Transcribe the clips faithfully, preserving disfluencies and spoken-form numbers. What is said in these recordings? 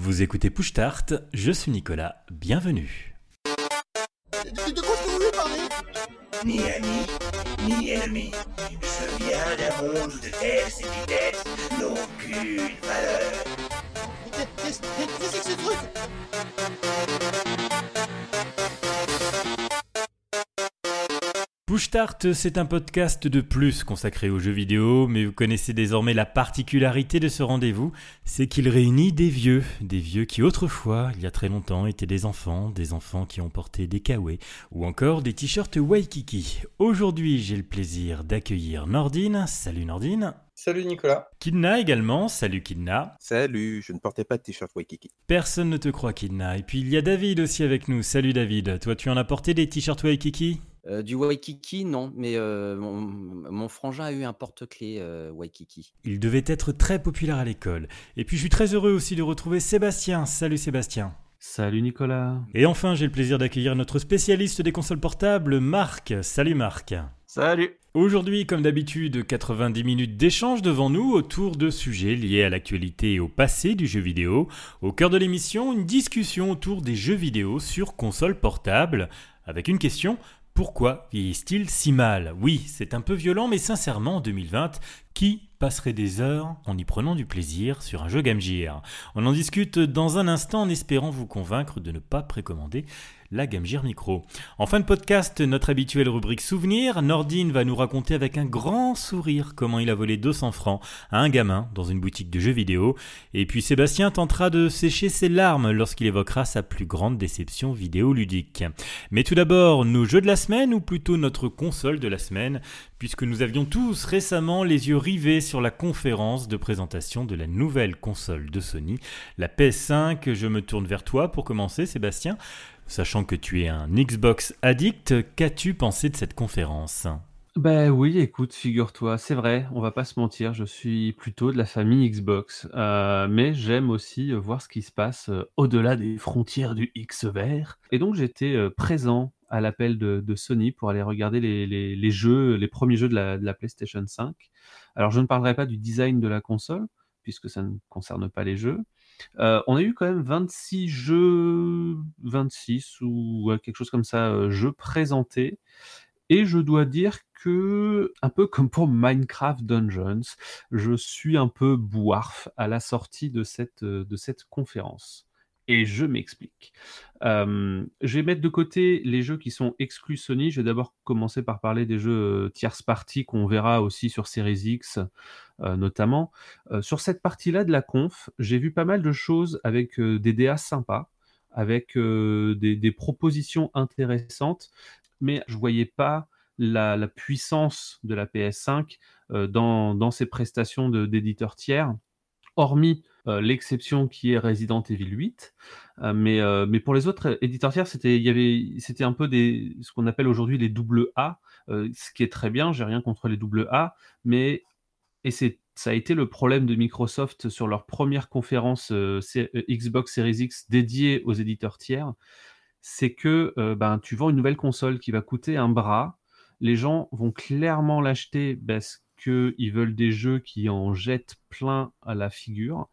Vous écoutez Push Start, je suis Nicolas, bienvenue. De, de quoi est-ce que vous voulez parler? Ni ami, ni ennemi. Je viens d'un monde où de telles épithètes n'ont aucune valeur. Mais qu'est-ce qu'est-ce que c'est que ce truc? Push Start, c'est un podcast de plus consacré aux jeux vidéo, mais vous connaissez désormais la particularité de ce rendez-vous, c'est qu'il réunit des vieux, des vieux qui autrefois, il y a très longtemps, étaient des enfants, des enfants qui ont porté des kawaii, ou encore des t-shirts Waikiki. Aujourd'hui, j'ai le plaisir d'accueillir Nordine. Salut Nordine. Salut Nicolas. Kidna également. Salut Kidna. Salut, je ne portais pas de t-shirt Waikiki. Personne ne te croit Kidna. Et puis il y a David aussi avec nous. Salut David. Toi, tu en as porté des t-shirts Waikiki ? Euh, du Waikiki, non, mais euh, mon, mon frangin a eu un porte-clés euh, Waikiki. Il devait être très populaire à l'école. Et puis je suis très heureux aussi de retrouver Sébastien. Salut Sébastien. Salut Nicolas. Et enfin, j'ai le plaisir d'accueillir notre spécialiste des consoles portables, Marc. Salut Marc. Salut. Aujourd'hui, comme d'habitude, quatre-vingt-dix minutes d'échange devant nous autour de sujets liés à l'actualité et au passé du jeu vidéo. Au cœur de l'émission, une discussion autour des jeux vidéo sur console portable, avec une question: pourquoi vieillissent-ils si mal ? Oui, c'est un peu violent, mais sincèrement, en deux mille vingt, qui passerait des heures en y prenant du plaisir sur un jeu Game Gear ? On en discute dans un instant en espérant vous convaincre de ne pas précommander la Game Gear Micro. En fin de podcast, notre habituelle rubrique Souvenirs, Nordine va nous raconter avec un grand sourire comment il a volé deux cents francs à un gamin dans une boutique de jeux vidéo. Et puis Sébastien tentera de sécher ses larmes lorsqu'il évoquera sa plus grande déception vidéoludique. Mais tout d'abord, nos jeux de la semaine, ou plutôt notre console de la semaine, puisque nous avions tous récemment les yeux rivés sur la conférence de présentation de la nouvelle console de Sony, la P S cinq. Je me tourne vers toi pour commencer, Sébastien. Sachant que tu es un Xbox addict, qu'as-tu pensé de cette conférence ? Ben oui, écoute, figure-toi, c'est vrai, on va pas se mentir, je suis plutôt de la famille Xbox, euh, mais j'aime aussi voir ce qui se passe euh, au-delà des frontières du X vert. Et donc j'étais euh, présent à l'appel de, de Sony pour aller regarder les, les, les jeux, les premiers jeux de la, de la PlayStation cinq. Alors je ne parlerai pas du design de la console, puisque ça ne concerne pas les jeux. Euh, on a eu quand même vingt-six jeux, vingt-six ou ouais, quelque chose comme ça, euh, jeux présentés. Et je dois dire que, un peu comme pour Minecraft Dungeons, je suis un peu bouarf à la sortie de cette, de cette conférence. Et je m'explique. Euh, je vais mettre de côté les jeux qui sont exclus Sony. Je vais d'abord commencer par parler des jeux tierce party qu'on verra aussi sur Series X, euh, notamment. Euh, sur cette partie-là de la conf, j'ai vu pas mal de choses avec euh, des D A sympas, avec euh, des, des propositions intéressantes, mais je voyais pas la, la puissance de la P S cinq euh, dans, dans ses prestations de, d'éditeurs tiers, hormis euh, l'exception qui est Resident Evil huit, euh, mais, euh, mais pour les autres éditeurs tiers, c'était, il y avait, c'était un peu des, ce qu'on appelle aujourd'hui les double A, euh, ce qui est très bien, j'ai rien contre les double A, mais, et c'est, ça a été le problème de Microsoft sur leur première conférence euh, C- Xbox Series X dédiée aux éditeurs tiers, c'est que euh, ben, tu vends une nouvelle console qui va coûter un bras, les gens vont clairement l'acheter parce qu'ils veulent des jeux qui en jettent plein à la figure.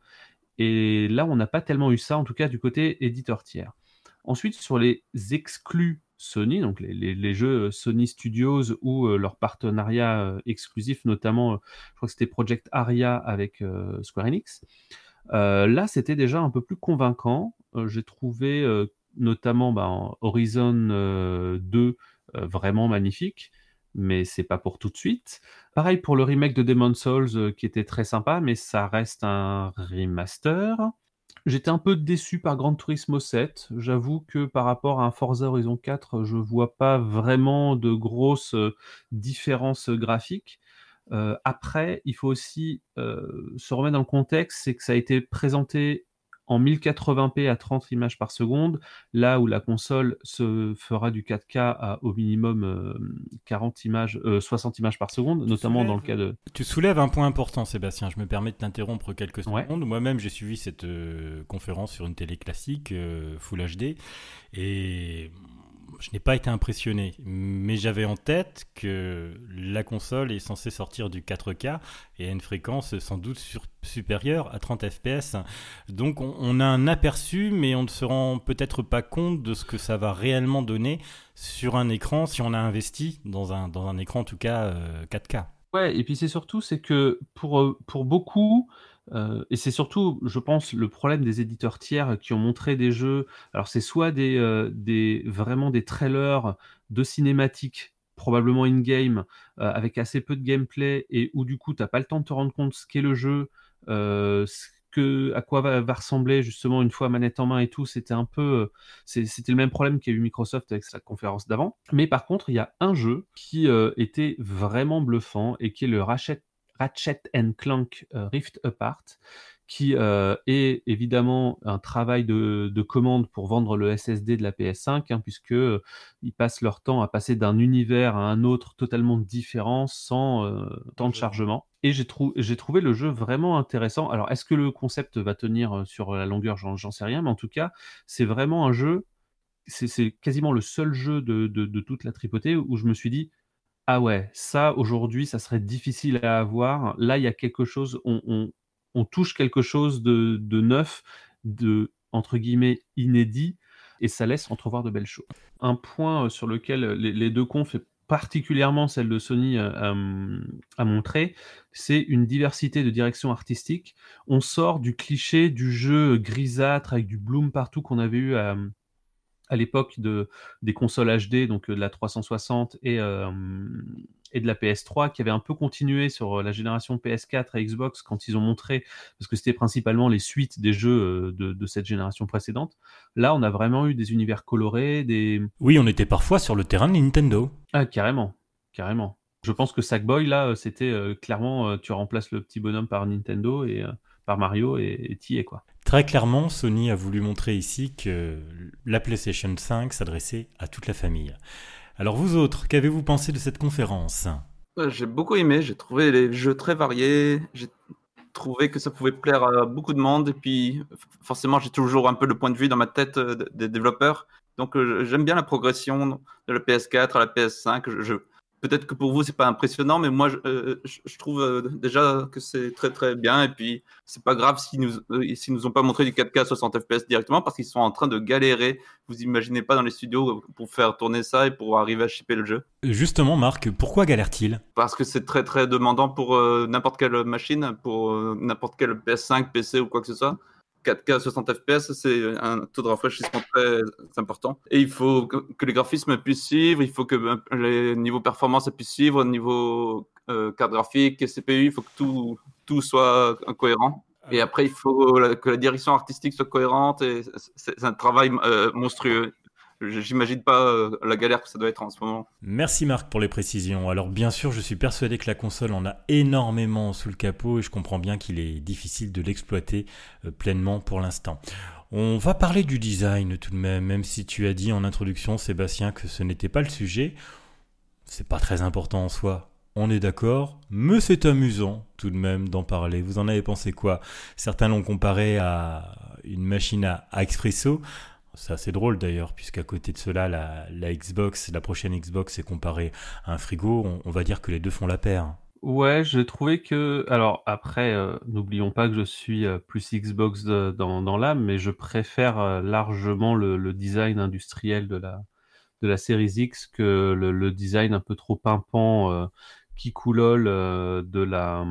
Et là, on n'a pas tellement eu ça, en tout cas du côté éditeur tiers. Ensuite, sur les exclus Sony, donc les, les, les jeux Sony Studios ou euh, leurs partenariats euh, exclusifs, notamment, euh, je crois que c'était Project Aria avec euh, Square Enix. Euh, là, c'était déjà un peu plus convaincant. Euh, j'ai trouvé euh, notamment ben, Horizon euh, deux euh, vraiment magnifique, mais c'est pas pour tout de suite. Pareil pour le remake de Demon's Souls euh, qui était très sympa, mais ça reste un remaster. J'étais un peu déçu par Gran Turismo sept. J'avoue que par rapport à un Forza Horizon quatre, je vois pas vraiment de grosses euh, différences graphiques. Euh, après, il faut aussi euh, se remettre dans le contexte, c'est que ça a été présenté en mille quatre-vingts p à trente images par seconde, là où la console se fera du quatre K à au minimum euh, quarante images, euh, soixante images par seconde, Tu notamment soulèves, dans le cas de... Tu soulèves un point important, Sébastien. Je me permets de t'interrompre quelques secondes. Ouais. Moi-même, j'ai suivi cette euh, conférence sur une télé classique, euh, Full H D, et je n'ai pas été impressionné, mais j'avais en tête que la console est censée sortir du quatre K et à une fréquence sans doute sur, supérieure à trente F P S. Donc on, on a un aperçu, mais on ne se rend peut-être pas compte de ce que ça va réellement donner sur un écran si on a investi dans un, dans un écran en tout cas euh, quatre K. Ouais, et puis c'est surtout, c'est que pour, euh, pour beaucoup, euh, et c'est surtout, je pense, le problème des éditeurs tiers qui ont montré des jeux, alors c'est soit des, euh, des, vraiment des trailers de cinématiques, probablement in-game, euh, avec assez peu de gameplay, et où du coup, tu n'as pas le temps de te rendre compte ce qu'est le jeu, euh, ce que, à quoi va, va ressembler justement une fois manette en main et tout. C'était un peu, euh, c'est, c'était le même problème qu'a eu Microsoft avec sa conférence d'avant. Mais par contre, il y a un jeu qui euh, était vraiment bluffant et qui est le Ratchet, Ratchet and Clank euh, Rift Apart, qui euh, est évidemment un travail de, de commande pour vendre le S S D de la P S cinq, hein, puisque euh, ils passent leur temps à passer d'un univers à un autre totalement différent sans euh, temps de chargement. Et j'ai, trou- j'ai trouvé le jeu vraiment intéressant. Alors, est-ce que le concept va tenir sur la longueur? J'en, j'en sais rien, mais en tout cas, c'est vraiment un jeu, c'est, c'est quasiment le seul jeu de, de, de toute la tripotée où je me suis dit, ah ouais, ça, aujourd'hui, ça serait difficile à avoir. Là, il y a quelque chose, on, on, on touche quelque chose de, de neuf, de, entre guillemets, inédit, et ça laisse entrevoir de belles choses. Un point sur lequel les, les deux confs, et particulièrement celle de Sony, euh, a montré, c'est une diversité de direction artistique. On sort du cliché du jeu grisâtre avec du bloom partout qu'on avait eu à... à l'époque de, des consoles H D, donc de la trois cent soixante et, euh, et de la P S trois, qui avait un peu continué sur la génération P S quatre et Xbox quand ils ont montré, parce que c'était principalement les suites des jeux de, de cette génération précédente. Là, on a vraiment eu des univers colorés, des... Oui, on était parfois sur le terrain de Nintendo. Ah, carrément, carrément. Je pense que Sackboy, là, c'était euh, clairement, euh, tu remplaces le petit bonhomme par Nintendo et euh, par Mario et, et t'y es, quoi. Très clairement, Sony a voulu montrer ici que la PlayStation cinq s'adressait à toute la famille. Alors vous autres, qu'avez-vous pensé de cette conférence ? J'ai beaucoup aimé, j'ai trouvé les jeux très variés, j'ai trouvé que ça pouvait plaire à beaucoup de monde, et puis forcément j'ai toujours un peu le point de vue dans ma tête des développeurs, donc j'aime bien la progression de la P S quatre à la P S cinq. Je, je... Peut-être que pour vous c'est pas impressionnant, mais moi je, euh, je, je trouve euh, déjà que c'est très très bien, et puis c'est pas grave s'ils nous euh, s'ils nous ont pas montré du quatre K soixante F P S directement, parce qu'ils sont en train de galérer. Vous imaginez pas dans les studios pour faire tourner ça et pour arriver à shipper le jeu. Justement, Marc, pourquoi galère-t-il ? Parce que c'est très très demandant pour euh, n'importe quelle machine, pour euh, n'importe quelle P S cinq, P C ou quoi que ce soit. quatre K soixante F P S, c'est un taux de rafraîchissement très important. Et il faut que, que les graphismes puissent suivre, il faut que euh, les niveaux performance puissent suivre, niveau euh, carte graphique et C P U, il faut que tout, tout soit cohérent. Et après, il faut la, que la direction artistique soit cohérente, et c'est, c'est un travail euh, monstrueux. J'imagine pas euh, la galère que ça doit être en ce moment. Merci Marc pour les précisions. Alors bien sûr, je suis persuadé que la console en a énormément sous le capot et je comprends bien qu'il est difficile de l'exploiter euh, pleinement pour l'instant. On va parler du design tout de même, même si tu as dit en introduction, Sébastien, que ce n'était pas le sujet. C'est pas très important en soi. On est d'accord, mais c'est amusant tout de même d'en parler. Vous en avez pensé quoi ? Certains l'ont comparé à une machine à, à expresso. C'est assez drôle d'ailleurs, puisqu'à côté de cela, la, la Xbox, la prochaine Xbox est comparée à un frigo. On, on va dire que les deux font la paire. Ouais, j'ai trouvé que... Alors après, euh, n'oublions pas que je suis euh, plus Xbox de, dans, dans l'âme, mais je préfère euh, largement le, le design industriel de la, de la Series X que le, le design un peu trop pimpant, euh, qui coulole euh, de, la,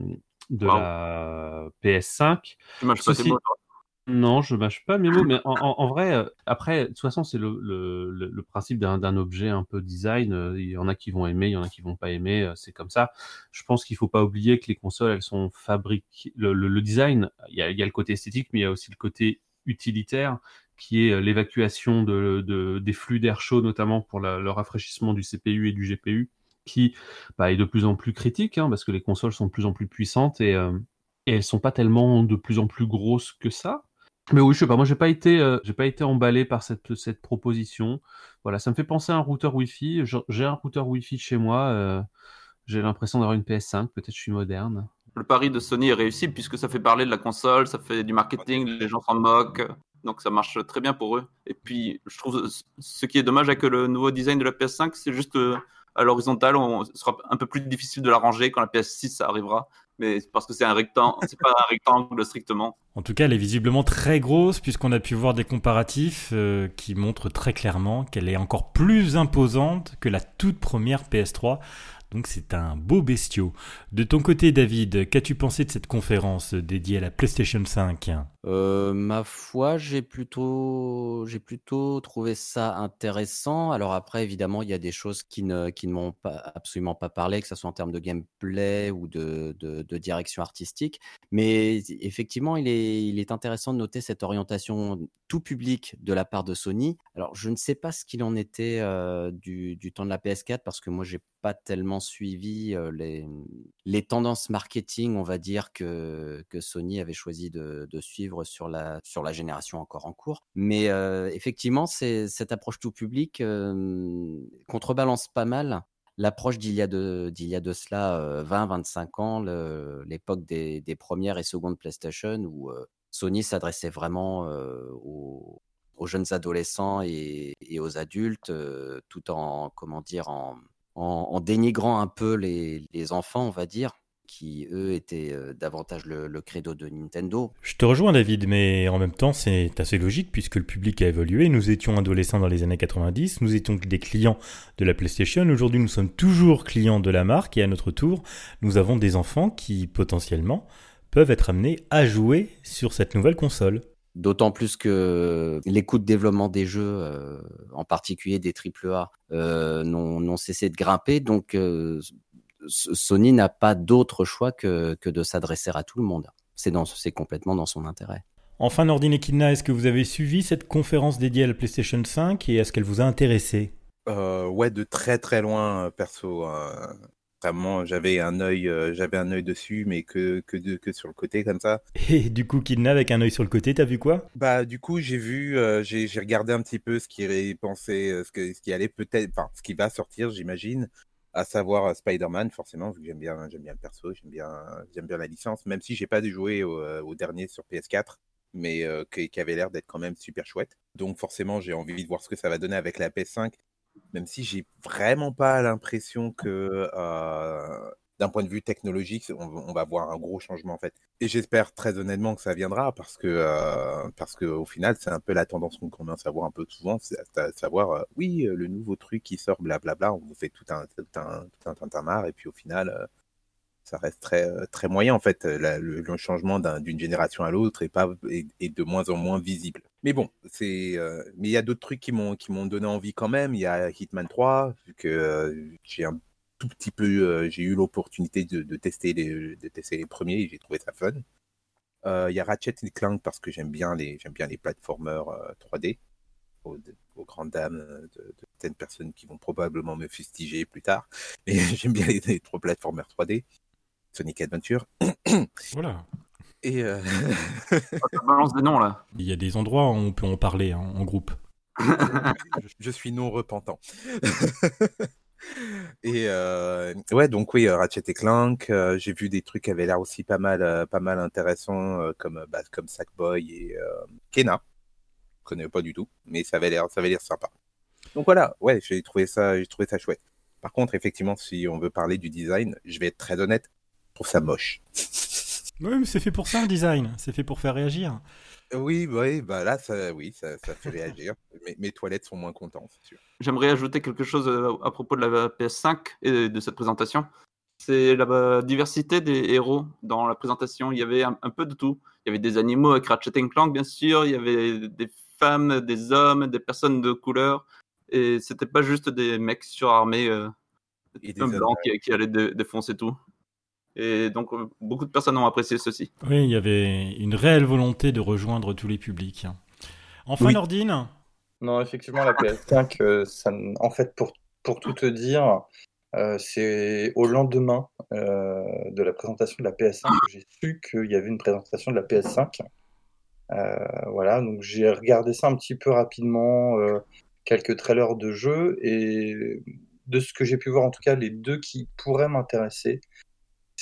de wow. la P S cinq. Tu mâches pas tes mots, toi. Non, je mâche pas mes mots, mais en, en, en vrai, euh, après, de toute façon, c'est le, le, le, le principe d'un, d'un objet un peu design. Euh, il y en a qui vont aimer, il y en a qui vont pas aimer. Euh, c'est comme ça. Je pense qu'il faut pas oublier que les consoles, elles sont fabriquées. Le, le, le design, il y a, il y a le côté esthétique, mais il y a aussi le côté utilitaire, qui est l'évacuation de, de, des flux d'air chaud, notamment pour la, le rafraîchissement du C P U et du G P U, qui bah, est de plus en plus critique, hein, parce que les consoles sont de plus en plus puissantes et, euh, et elles sont pas tellement de plus en plus grosses que ça. Mais oui, je sais pas, moi j'ai pas été, euh, j'ai pas été emballé par cette, cette proposition. Voilà, ça me fait penser à un routeur Wi-Fi. J'ai un routeur Wi-Fi chez moi, euh, j'ai l'impression d'avoir une P S cinq, peut-être je suis moderne. Le pari de Sony est réussi puisque ça fait parler de la console, ça fait du marketing, les gens s'en moquent. donc ça marche très bien pour eux. Et puis, je trouve ce qui est dommage avec le nouveau design de la P S cinq, c'est juste euh, à l'horizontale, on, ce sera un peu plus difficile de la ranger quand la P S six ça arrivera. Mais parce que c'est un rectangle, c'est pas un rectangle strictement. En tout cas, elle est visiblement très grosse puisqu'on a pu voir des comparatifs euh, qui montrent très clairement qu'elle est encore plus imposante que la toute première P S trois. Donc c'est un beau bestiau. De ton côté, David, qu'as-tu pensé de cette conférence dédiée à la PlayStation cinq ? Euh, ma foi, j'ai plutôt, j'ai plutôt trouvé ça intéressant. Alors après, évidemment, il y a des choses qui ne, qui ne m'ont pas, absolument pas parlé, que ce soit en termes de gameplay ou de, de, de direction artistique. Mais effectivement, il est, il est intéressant de noter cette orientation tout public de la part de Sony. Alors, je ne sais pas ce qu'il en était euh, du, du temps de la P S quatre, parce que moi, j'ai pas tellement suivi euh, les, les tendances marketing, on va dire, que, que Sony avait choisi de, de suivre sur la, sur la génération encore en cours. Mais euh, effectivement, c'est, cette approche tout public euh, contrebalance pas mal l'approche d'il y a de, d'il y a de cela euh, vingt à vingt-cinq ans, le, l'époque des, des premières et secondes PlayStation, où euh, Sony s'adressait vraiment euh, aux, aux jeunes adolescents et, et aux adultes, euh, tout en, comment dire, en, en, en dénigrant un peu les, les enfants, on va dire, qui, eux, étaient euh, davantage le, le credo de Nintendo. Je te rejoins, David, mais en même temps, c'est assez logique puisque le public a évolué. Nous étions adolescents dans les années quatre-vingt-dix, nous étions des clients de la PlayStation. Aujourd'hui, nous sommes toujours clients de la marque et à notre tour, nous avons des enfants qui, potentiellement, peuvent être amenés à jouer sur cette nouvelle console. D'autant plus que les coûts de développement des jeux, euh, en particulier des triple A, euh, n'ont, n'ont cessé de grimper. Donc, euh, Sony n'a pas d'autre choix que, que de s'adresser à tout le monde. C'est, dans, c'est complètement dans son intérêt. Enfin, Nordine et Kidna, est-ce que vous avez suivi cette conférence dédiée à la PlayStation cinq et est-ce qu'elle vous a intéressé ? euh, Ouais, de très très loin, perso. Euh, vraiment, j'avais un œil, euh, j'avais un œil dessus, mais que que, de, que sur le côté comme ça. Et du coup, Kidna, avec un œil sur le côté, t'as vu quoi ? Bah, du coup, j'ai vu, euh, j'ai, j'ai regardé un petit peu ce qui est pensé, euh, ce, que, ce qui allait peut-être, enfin, ce qui va sortir, j'imagine. À savoir euh, Spider-Man, forcément, vu que j'aime bien, j'aime bien le perso, j'aime bien, j'aime bien la licence, même si j'ai pas joué au, au dernier sur P S quatre, mais euh, qui, qui avait l'air d'être quand même super chouette. Donc forcément, j'ai envie de voir ce que ça va donner avec la P S cinq, même si j'ai vraiment pas l'impression que, euh, d'un point de vue technologique, on, on va voir un gros changement en fait. Et j'espère très honnêtement que ça viendra parce que, euh, parce que au final, c'est un peu la tendance qu'on commence à voir un peu souvent, c'est à savoir, euh, oui, le nouveau truc qui sort, blablabla, on vous fait tout un, tout un, tout un tintamarre et puis au final, euh, ça reste très, très moyen en fait. La, le, le changement d'un, d'une génération à l'autre est pas est, est de moins en moins visible. Mais bon, c'est, euh, mais il y a d'autres trucs qui m'ont, qui m'ont donné envie quand même. Il y a Hitman trois, vu que euh, j'ai un tout petit peu, euh, j'ai eu l'opportunité de, de, tester les, de tester les premiers et j'ai trouvé ça fun. Euh, il y a Ratchet et Clank parce que j'aime bien les, j'aime bien les platformers euh, trois D, aux, aux grandes dames de, de certaines personnes qui vont probablement me fustiger plus tard. Mais j'aime bien les, les trois platformers trois D. Sonic Adventure. Voilà. Et euh... Ça balance des noms là. Il y a des endroits où on peut en parler hein, en groupe. je, je suis non repentant. Et euh, ouais, donc oui, Ratchet et Clank, euh, j'ai vu des trucs qui avaient l'air aussi pas mal, euh, pas mal intéressants, euh, comme, bah, comme Sackboy et euh, Kena. Je connais pas du tout, mais ça avait l'air, ça avait l'air sympa. Donc voilà, ouais, j'ai trouvé ça, j'ai trouvé ça chouette. Par contre, effectivement, si on veut parler du design, je vais être très honnête, je trouve ça moche. Oui, mais c'est fait pour ça le design, c'est fait pour faire réagir. Oui, oui, bah là, ça, oui, ça, ça fait réagir. Mes, mes toilettes sont moins contentes, c'est sûr. J'aimerais ajouter quelque chose à propos de la P S cinq et de cette présentation. C'est la diversité des héros dans la présentation. Il y avait un, un peu de tout. Il y avait des animaux avec Ratchet and Clank, bien sûr. Il y avait des femmes, des hommes, des personnes de couleur. Et c'était pas juste des mecs surarmés, euh, et des blancs qui, qui allaient dé- défoncer tout. Et donc, beaucoup de personnes ont apprécié ceci. Oui, il y avait une réelle volonté de rejoindre tous les publics. Enfin, oui. Nordine ? Non, effectivement, la P S cinq, euh, ça, en fait, pour, pour tout te dire, euh, c'est au lendemain euh, de la présentation de la P S cinq que j'ai su qu'il y avait une présentation de la P S cinq. Euh, voilà, donc j'ai regardé ça un petit peu rapidement, euh, quelques trailers de jeux, et de ce que j'ai pu voir, en tout cas, les deux qui pourraient m'intéresser,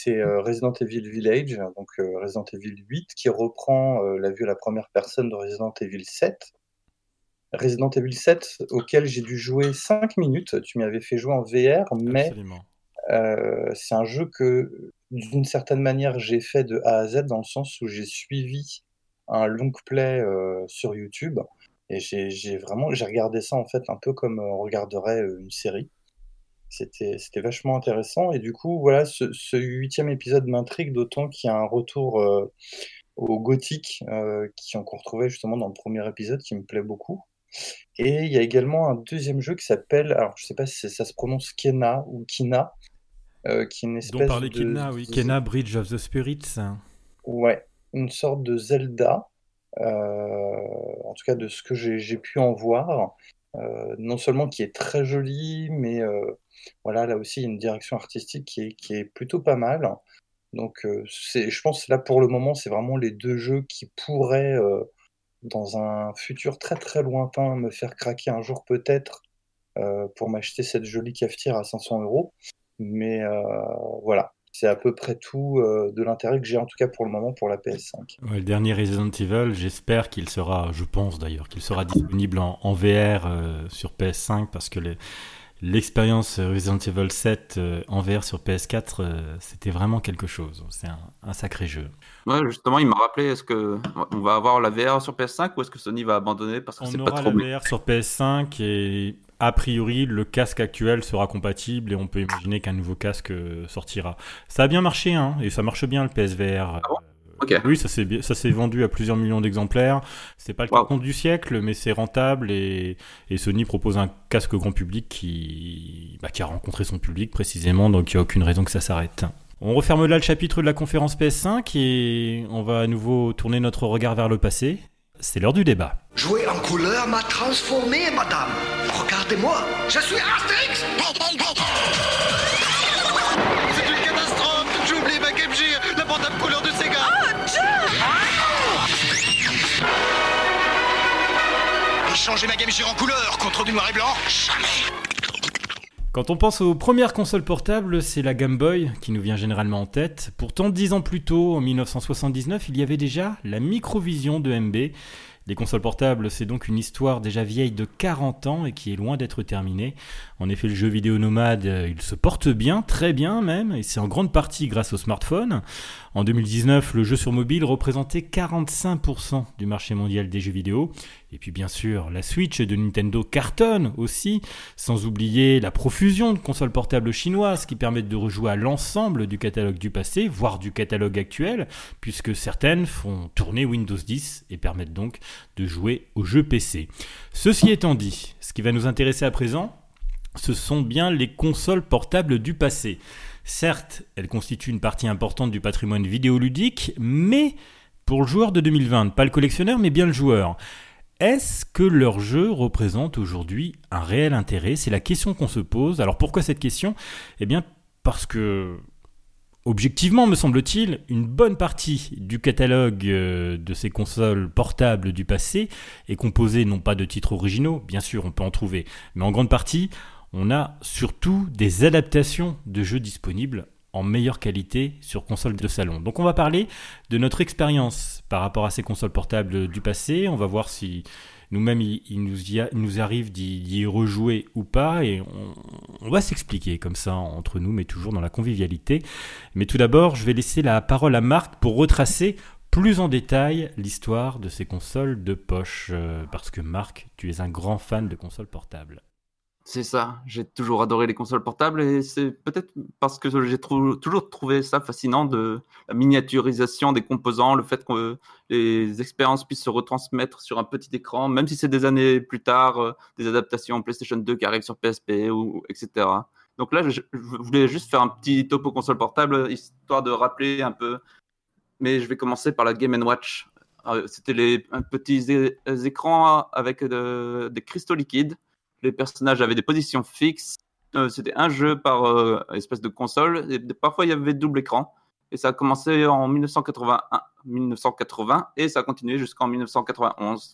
c'est euh, Resident Evil Village, donc euh, Resident Evil huit, qui reprend euh, la vue à la première personne de Resident Evil sept. Resident Evil sept, auquel j'ai dû jouer cinq minutes. Tu m'y avais fait jouer en V R, mais Absolument. euh, c'est un jeu que, d'une certaine manière, j'ai fait de A à Z, dans le sens où j'ai suivi un long play euh, sur YouTube, et j'ai, j'ai vraiment j'ai regardé ça en fait un peu comme on regarderait euh, une série. C'était, c'était vachement intéressant, et du coup, voilà, ce, ce huitième épisode m'intrigue, d'autant qu'il y a un retour euh, au gothique euh, qui qu'on retrouvait justement dans le premier épisode, qui me plaît beaucoup. Et il y a également un deuxième jeu qui s'appelle, alors je sais pas si c'est- ça se prononce Kena ou Kina, euh, qui est une Dont espèce parlait de, Kena, oui. Kena Bridge of the Spirits. ouais, une sorte de Zelda, euh, en tout cas de ce que j'ai j'ai pu en voir, euh, non seulement qui est très joli, mais euh, voilà, là aussi il y a une direction artistique qui est, qui est plutôt pas mal. Donc euh, c'est, je pense que là pour le moment c'est vraiment les deux jeux qui pourraient, euh, dans un futur très très lointain, me faire craquer un jour peut-être euh, pour m'acheter cette jolie cafetière à cinq cents euros. Mais euh, voilà, c'est à peu près tout euh, de l'intérêt que j'ai en tout cas pour le moment pour la P S cinq. Ouais, le dernier Resident Evil, j'espère qu'il sera, je pense d'ailleurs, qu'il sera disponible en, en V R euh, sur P S cinq parce que les- l'expérience Resident Evil sept euh, en V R sur P S quatre, euh, c'était vraiment quelque chose. C'est un, un sacré jeu. Ouais, justement, il m'a rappelé, est-ce que on va avoir la V R sur P S cinq ou est-ce que Sony va abandonner parce que On c'est pas aura trop la bien. V R sur P S cinq et a priori le casque actuel sera compatible et on peut imaginer qu'un nouveau casque euh, sortira. Ça a bien marché, hein, et ça marche bien le P S V R. Ah bon Euh, Ok. Oui, ça s'est bien- ça s'est vendu à plusieurs millions d'exemplaires. C'est pas le Wow. carton du siècle, mais c'est rentable et, et Sony propose un casque grand public qui, bah, qui a rencontré son public précisément, donc il n'y a aucune raison que ça s'arrête. On referme là le chapitre de la conférence P S cinq et on va à nouveau tourner notre regard vers le passé. C'est l'heure du débat. Jouer en couleur m'a transformé, madame. Regardez-moi, je suis Astérix. C'est une catastrophe. J'ai oublié ma Game Gear, la portable couleur de Sega. Et changer ma Game Gear en couleur contre du noir et blanc, jamais. Quand on pense aux premières consoles portables, c'est la Game Boy qui nous vient généralement en tête. Pourtant, dix ans plus tôt, en dix-neuf cent soixante-dix-neuf, il y avait déjà la Microvision de M B. Les consoles portables, c'est donc une histoire déjà vieille de quarante ans et qui est loin d'être terminée. En effet, le jeu vidéo nomade, euh, il se porte bien, très bien même, et c'est en grande partie grâce au smartphone. En deux mille dix-neuf, le jeu sur mobile représentait quarante-cinq pour cent du marché mondial des jeux vidéo. Et puis bien sûr, la Switch de Nintendo cartonne aussi, sans oublier la profusion de consoles portables chinoises qui permettent de rejouer à l'ensemble du catalogue du passé, voire du catalogue actuel, puisque certaines font tourner Windows dix et permettent donc de jouer aux jeux P C. Ceci étant dit, ce qui va nous intéresser à présent, ce sont bien les consoles portables du passé. Certes, elles constituent une partie importante du patrimoine vidéoludique, mais pour le joueur de deux mille vingt, pas le collectionneur, mais bien le joueur. Est-ce que leurs jeux représentent aujourd'hui un réel intérêt ? C'est la question qu'on se pose. Alors pourquoi cette question ? Eh bien parce que, objectivement me semble-t-il, une bonne partie du catalogue euh, de ces consoles portables du passé est composée non pas de titres originaux, bien sûr on peut en trouver, mais en grande partie on a surtout des adaptations de jeux disponibles en meilleure qualité sur consoles de salon. Donc on va parler de notre expérience par rapport à ces consoles portables du passé. On va voir si nous-mêmes il, il, nous, y a, il nous arrive d'y, d'y rejouer ou pas. Et on, on va s'expliquer comme ça entre nous, mais toujours dans la convivialité. Mais tout d'abord, je vais laisser la parole à Marc pour retracer plus en détail l'histoire de ces consoles de poche. Euh, parce que Marc, tu es un grand fan de consoles portables. C'est ça, j'ai toujours adoré les consoles portables et c'est peut-être parce que j'ai trou- toujours trouvé ça fascinant de la miniaturisation des composants, le fait que les expériences puissent se retransmettre sur un petit écran, même si c'est des années plus tard, euh, des adaptations PlayStation deux qui arrivent sur P S P, ou, et cetera. Donc là, je, je voulais juste faire un petit topo console portable, histoire de rappeler un peu, mais je vais commencer par la Game and Watch. Euh, c'était les petits é- écrans avec de, des cristaux liquides. Les personnages avaient des positions fixes. Euh, c'était un jeu par euh, espèce de console. Et parfois, il y avait double écran. Et ça a commencé en dix-neuf cent quatre-vingt-un, dix-neuf cent quatre-vingts et ça a continué jusqu'en dix-neuf cent quatre-vingt-onze.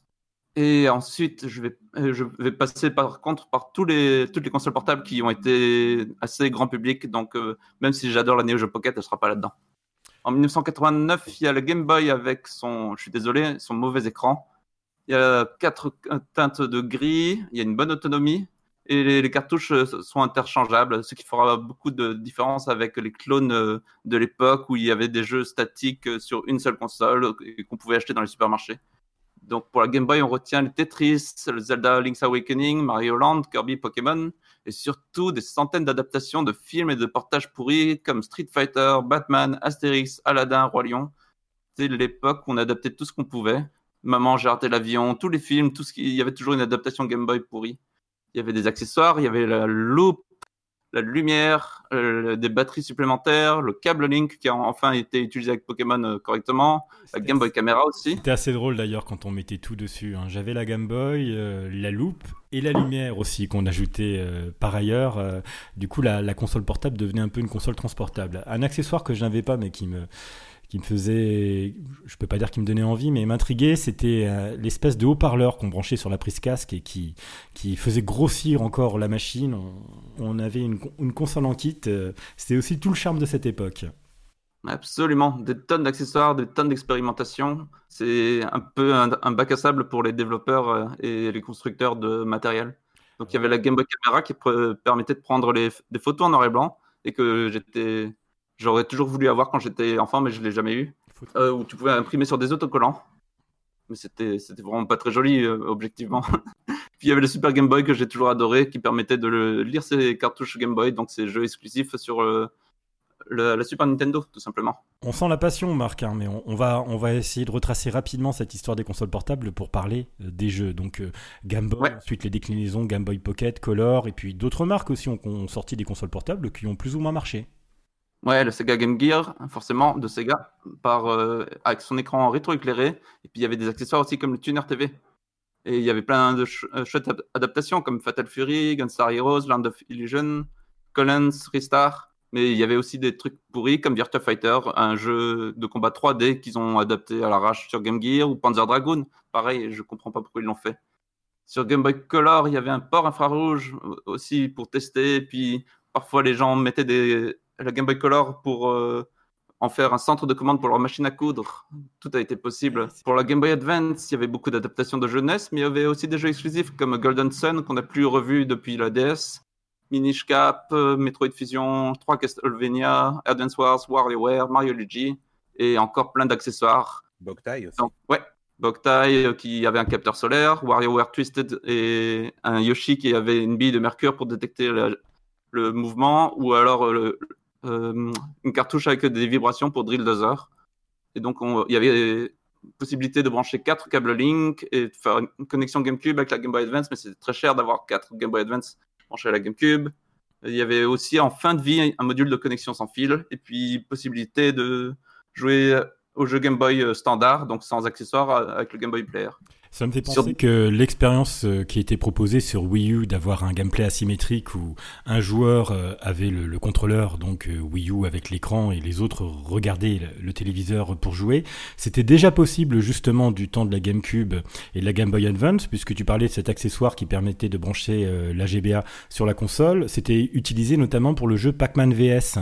Et ensuite, je vais, euh, je vais passer par contre par tous les, toutes les consoles portables qui ont été assez grand public. Donc, euh, même si j'adore la Neo Geo Pocket, elle ne sera pas là-dedans. En dix-neuf cent quatre-vingt-neuf, il y a la Game Boy avec son, je suis désolé, son mauvais écran. Il y a quatre teintes de gris, il y a une bonne autonomie. Et les, les cartouches sont interchangeables, ce qui fera beaucoup de différence avec les clones de l'époque où il y avait des jeux statiques sur une seule console et qu'on pouvait acheter dans les supermarchés. Donc pour la Game Boy, on retient le Tetris, le Zelda Link's Awakening, Mario Land, Kirby, Pokémon, et surtout des centaines d'adaptations de films et de portages pourris comme Street Fighter, Batman, Astérix, Aladdin, Roi Lion. C'était l'époque où on adaptait tout ce qu'on pouvait. Maman, j'ai raté l'avion, tous les films, tout ce qui... il y avait toujours une adaptation Game Boy pourrie. Il y avait des accessoires, il y avait la loupe, la lumière, euh, des batteries supplémentaires, le câble Link qui a enfin été utilisé avec Pokémon euh, correctement, la Game Boy Camera aussi. C'était assez drôle d'ailleurs quand on mettait tout dessus. Hein. J'avais la Game Boy, euh, la loupe et la lumière aussi qu'on ajoutait euh, par ailleurs. Euh, du coup, la, la console portable devenait un peu une console transportable. Un accessoire que je n'avais pas mais qui me... qui me faisait, je peux pas dire qu'il me donnait envie, mais m'intriguait, c'était euh, l'espèce de haut-parleur qu'on branchait sur la prise casque et qui, qui faisait grossir encore la machine. On, on avait une, une console en kit, euh, c'était aussi tout le charme de cette époque. Absolument, des tonnes d'accessoires, des tonnes d'expérimentations. C'est un peu un, un bac à sable pour les développeurs euh, et les constructeurs de matériel. Donc il y avait la Game Boy Camera qui pr- permettait de prendre les, des photos en noir et blanc et que j'étais... J'aurais toujours voulu avoir quand j'étais enfant, mais je ne l'ai jamais eu. Euh, où tu pouvais imprimer sur des autocollants. Mais c'était, c'était vraiment pas très joli, euh, objectivement. Puis il y avait le Super Game Boy que j'ai toujours adoré, qui permettait de le, lire ses cartouches Game Boy, donc ces jeux exclusifs sur euh, le, la Super Nintendo, tout simplement. On sent la passion, Marc, hein, mais on, on, va, on va essayer de retracer rapidement cette histoire des consoles portables pour parler euh, des jeux. Donc euh, Game Boy, ouais. Ensuite les déclinaisons Game Boy Pocket, Color, et puis d'autres marques aussi ont, ont sorti des consoles portables qui ont plus ou moins marché. Ouais, le Sega Game Gear, forcément, de Sega, par, euh, avec son écran rétroéclairé. Et puis, il y avait des accessoires aussi comme le Tuner T V. Et il y avait plein de ch- euh, chouettes adaptations comme Fatal Fury, Gunstar Heroes, Land of Illusion, Collins, Ristar. Mais il y avait aussi des trucs pourris comme Virtua Fighter, un jeu de combat trois D qu'ils ont adapté à l'arrache sur Game Gear, ou Panzer Dragoon. Pareil, je comprends pas pourquoi ils l'ont fait. Sur Game Boy Color, il y avait un port infrarouge aussi pour tester. Et puis, parfois, les gens mettaient des... la Game Boy Color pour euh, en faire un centre de commande pour leur machine à coudre. Tout a été possible. Pour la Game Boy Advance, il y avait beaucoup d'adaptations de jeunesse, mais il y avait aussi des jeux exclusifs comme Golden Sun, qu'on n'a plus revu depuis la D S, Minish Cap, euh, Metroid Fusion, trois Castlevania, Advance Wars, WarioWare, Mario Luigi, et encore plein d'accessoires. Boktai aussi. Donc, ouais, Boktai euh, qui avait un capteur solaire, WarioWare Twisted et un Yoshi qui avait une bille de mercure pour détecter la, le mouvement, ou alors euh, le Euh, une cartouche avec des vibrations pour Drill Dozer. Et donc, on, il y avait possibilité de brancher quatre câbles Link et de faire une connexion GameCube avec la Game Boy Advance, mais c'était très cher d'avoir quatre Game Boy Advance branchés à la GameCube. Il y avait aussi en fin de vie un module de connexion sans fil, et puis possibilité de jouer au jeu Game Boy standard, donc sans accessoires, avec le Game Boy Player. Ça me fait penser sur... que l'expérience qui était proposée sur Wii U d'avoir un gameplay asymétrique où un joueur avait le, le contrôleur, donc Wii U avec l'écran, et les autres regardaient le, le téléviseur pour jouer, c'était déjà possible justement du temps de la GameCube et de la Game Boy Advance, puisque tu parlais de cet accessoire qui permettait de brancher euh, l'A G B A sur la console. C'était utilisé notamment pour le jeu Pac-Man V S,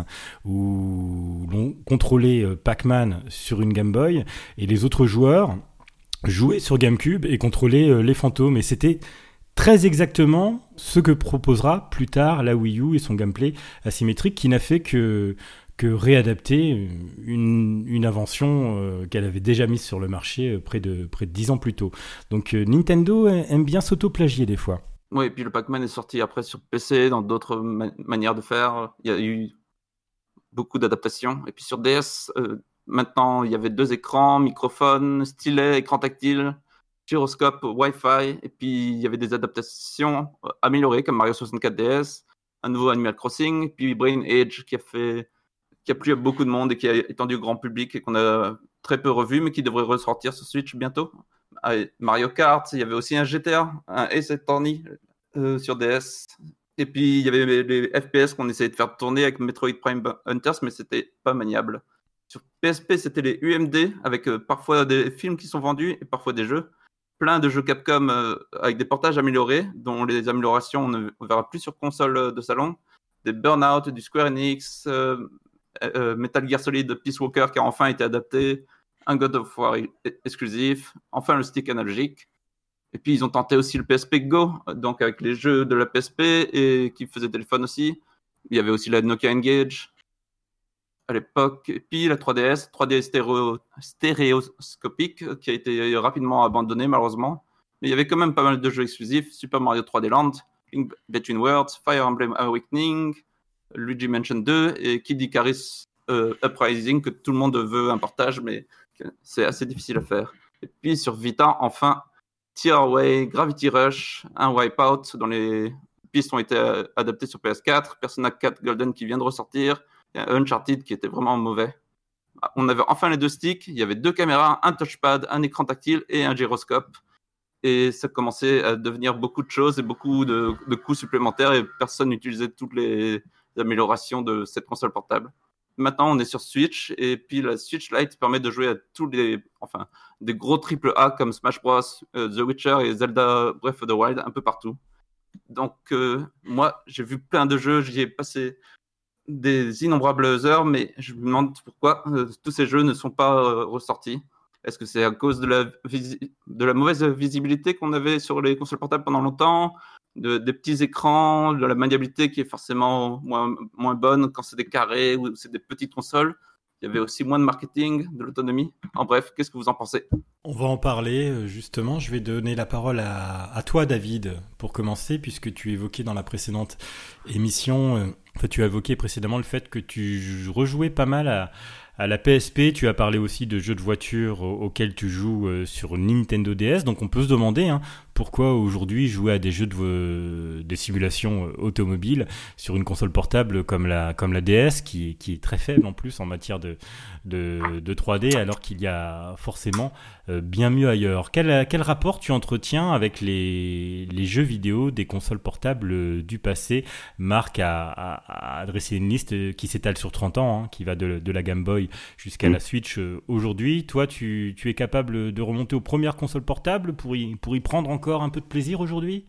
où l'on contrôlait euh, Pac-Man sur une Game Boy, et les autres joueurs jouer sur GameCube et contrôler euh, les fantômes. Et c'était très exactement ce que proposera plus tard la Wii U et son gameplay asymétrique, qui n'a fait que, que réadapter une, une invention euh, qu'elle avait déjà mise sur le marché euh, près de, près de dix ans plus tôt. Donc euh, Nintendo aime bien s'auto-plagier des fois. Oui, et puis le Pac-Man est sorti après sur P C, dans d'autres ma- manières de faire. Il y a eu beaucoup d'adaptations. Et puis sur D S... Euh, Maintenant, il y avait deux écrans, microphone, stylet, écran tactile, gyroscope, Wi-Fi, et puis il y avait des adaptations améliorées comme Mario soixante-quatre D S, un nouveau Animal Crossing, puis Brain Age qui a fait, qui a plu à beaucoup de monde et qui a étendu au grand public et qu'on a très peu revu, mais qui devrait ressortir sur Switch bientôt. Mario Kart, il y avait aussi un G T A, un Ace Attorney euh, sur D S. Et puis il y avait les F P S qu'on essayait de faire tourner avec Metroid Prime Hunters, mais c'était pas maniable. Sur P S P, c'était les U M D, avec euh, parfois des films qui sont vendus et parfois des jeux. plein de jeux Capcom euh, avec des portages améliorés, dont les améliorations on ne on verra plus sur console de salon. Des Burnout, du Square Enix, euh, euh, Metal Gear Solid Peace Walker qui a enfin été adapté, un God of War exclusif, enfin le stick analogique. Et puis ils ont tenté aussi le P S P Go, donc avec les jeux de la P S P et qui faisaient téléphone aussi. Il y avait aussi la Nokia Engage à l'époque, et puis la trois D S, trois D S stéréo, stéréoscopique, qui a été rapidement abandonnée malheureusement. Mais il y avait quand même pas mal de jeux exclusifs, Super Mario trois D Land, Link Between Worlds, Fire Emblem Awakening, Luigi Mansion deux et Kid Icarus euh, Uprising, que tout le monde veut un portage, mais c'est assez difficile à faire. Et puis sur Vita, enfin, Tearaway, Gravity Rush, un Wipeout dont les pistes ont été adaptées sur P S quatre, Persona quatre Golden qui vient de ressortir, et Uncharted qui était vraiment mauvais. On avait enfin les deux sticks, il y avait deux caméras, un touchpad, un écran tactile et un gyroscope. Et ça commençait à devenir beaucoup de choses et beaucoup de, de coûts supplémentaires et personne n'utilisait toutes les améliorations de cette console portable. Maintenant, on est sur Switch et puis la Switch Lite permet de jouer à tous les, enfin, des gros triple A comme Smash Bros, euh, The Witcher et Zelda Breath of the Wild un peu partout. Donc, euh, moi, j'ai vu plein de jeux, j'y ai passé des innombrables heures, mais je me demande pourquoi euh, tous ces jeux ne sont pas euh, ressortis. Est-ce que c'est à cause de la, visi- de la mauvaise visibilité qu'on avait sur les consoles portables pendant longtemps, de, des petits écrans, de la maniabilité qui est forcément moins, moins bonne quand c'est des carrés ou c'est des petites consoles? Il y avait aussi moins de marketing, de l'autonomie. En bref, qu'est-ce que vous en pensez? On va en parler justement. Je vais donner la parole à, à toi, David, pour commencer, puisque tu évoquais dans la précédente émission, euh, enfin, tu as évoqué précédemment le fait que tu rejouais pas mal à, à la P S P. Tu as parlé aussi de jeux de voiture auxquels tu joues euh, sur Nintendo D S. Donc on peut se demander hein, pourquoi aujourd'hui jouer à des jeux de euh, des simulations automobiles sur une console portable comme la comme la D S, qui, qui est très faible en plus en matière de de, de trois D, alors qu'il y a forcément euh, bien mieux ailleurs. Quel, quel rapport tu entretiens avec les, les jeux vidéo des consoles portables euh, du passé? Marc a, a, a adressé une liste qui s'étale sur trente ans, hein, qui va de, de la Game Boy jusqu'à mmh. la Switch euh, aujourd'hui. Toi, tu, tu es capable de remonter aux premières consoles portables pour y, pour y prendre encore un peu de plaisir aujourd'hui?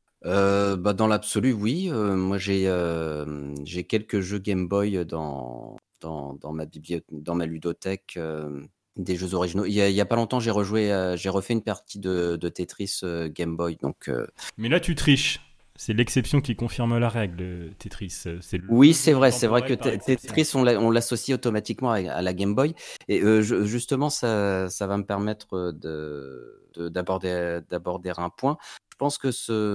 Euh, bah dans l'absolu, oui. Euh, moi, j'ai euh, j'ai quelques jeux Game Boy dans dans, dans ma bibliothèque, dans ma ludothèque, euh, des jeux originaux. Il y a, il y a pas longtemps, j'ai rejoué, euh, j'ai refait une partie de, de Tetris euh, Game Boy. Donc. Euh... Mais là, tu triches. C'est l'exception qui confirme la règle, Tetris. C'est oui, c'est vrai, c'est vrai que Tetris, on, on l'associe automatiquement à, à la Game Boy. Et euh, je, justement, ça, ça va me permettre de, de, d'aborder, d'aborder un point. Je pense que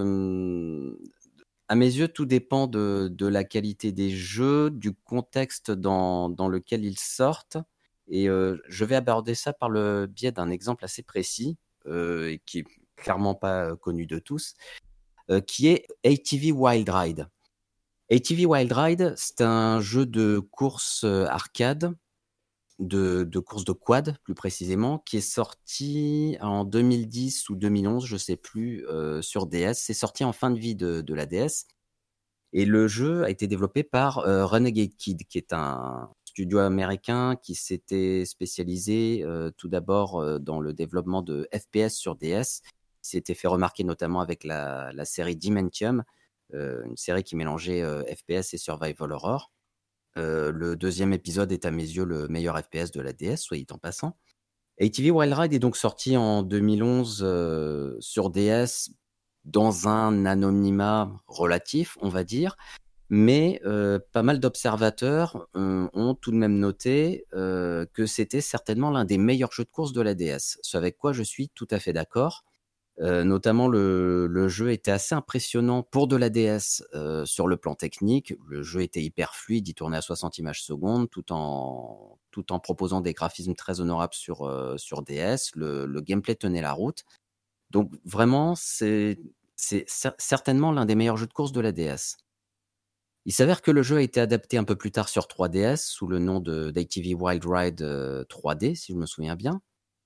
ce, à mes yeux, tout dépend de, de la qualité des jeux, du contexte dans, dans lequel ils sortent. Et euh, je vais aborder ça par le biais d'un exemple assez précis, euh, et qui est clairement pas connu de tous. Euh, qui est A T V Wild Ride. A T V Wild Ride, c'est un jeu de course euh, arcade, de, de course de quad plus précisément, qui est sorti en deux mille dix ou deux mille onze, je sais plus, euh, sur D S. C'est sorti en fin de vie de, de la D S. Et le jeu a été développé par euh, Renegade Kid, qui est un studio américain qui s'était spécialisé euh, tout d'abord euh, dans le développement de F P S sur D S. Il s'était fait remarquer notamment avec la, la série Dementium, euh, une série qui mélangeait euh, F P S et Survival Horror. Euh, le deuxième épisode est à mes yeux le meilleur F P S de la D S, soit dit en passant. A T V Wild Ride est donc sorti en deux mille onze euh, sur D S dans un anonymat relatif, on va dire, mais euh, pas mal d'observateurs euh, ont tout de même noté euh, que c'était certainement l'un des meilleurs jeux de course de la D S, ce avec quoi je suis tout à fait d'accord. Euh, notamment, le, le jeu était assez impressionnant pour de la D S euh, sur le plan technique. Le jeu était hyper fluide, il tournait à soixante images secondes, tout en, tout en proposant des graphismes très honorables sur, euh, sur D S. Le, le gameplay tenait la route. Donc vraiment, c'est, c'est cer- certainement l'un des meilleurs jeux de course de la D S. Il s'avère que le jeu a été adapté un peu plus tard sur trois D S, sous le nom de d'A T V Wild Ride euh, trois D, si je me souviens bien.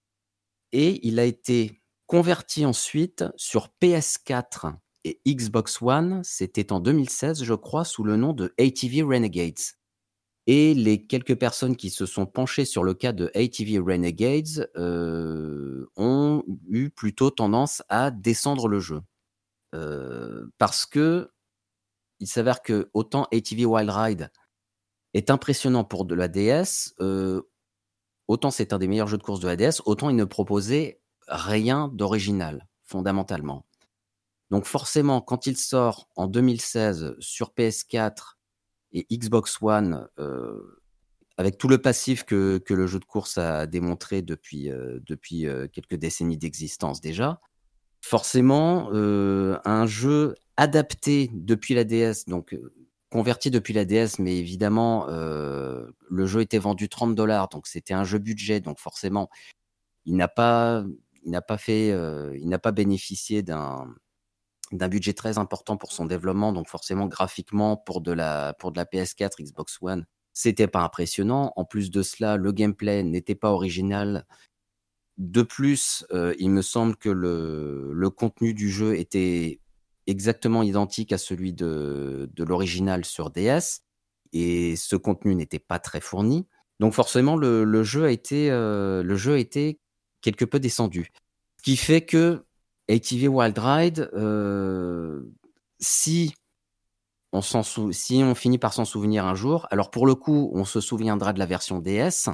Et il a été converti ensuite sur P S quatre et Xbox One, c'était en deux mille seize, je crois, sous le nom de A T V Renegades. Et les quelques personnes qui se sont penchées sur le cas de A T V Renegades euh, ont eu plutôt tendance à descendre le jeu. Euh, parce que il s'avère que autant A T V Wild Ride est impressionnant pour de la D S, euh, autant c'est un des meilleurs jeux de course de la D S, autant il ne proposait rien d'original, fondamentalement. Donc forcément, quand il sort en deux mille seize sur P S quatre et Xbox One, euh, avec tout le passif que, que le jeu de course a démontré depuis, euh, depuis euh, quelques décennies d'existence déjà, forcément, euh, un jeu adapté depuis la D S, donc euh, converti depuis la D S, mais évidemment, euh, le jeu était vendu trente dollars, donc c'était un jeu budget, donc forcément, il n'a pas, il n'a pas fait, euh, il n'a pas bénéficié d'un, d'un budget très important pour son développement, donc forcément, graphiquement, pour de la, pour de la P S quatre, Xbox One, c'était pas impressionnant. En plus de cela, le gameplay n'était pas original. De plus, euh, il me semble que le, le contenu du jeu était exactement identique à celui de, de l'original sur D S, et ce contenu n'était pas très fourni. Donc forcément, le, le, jeu, a été, euh, le jeu a été quelque peu descendu. Ce qui fait que A T V Wild Ride, euh, si, on s'en sou- si on finit par s'en souvenir un jour, alors pour le coup, on se souviendra de la version D S,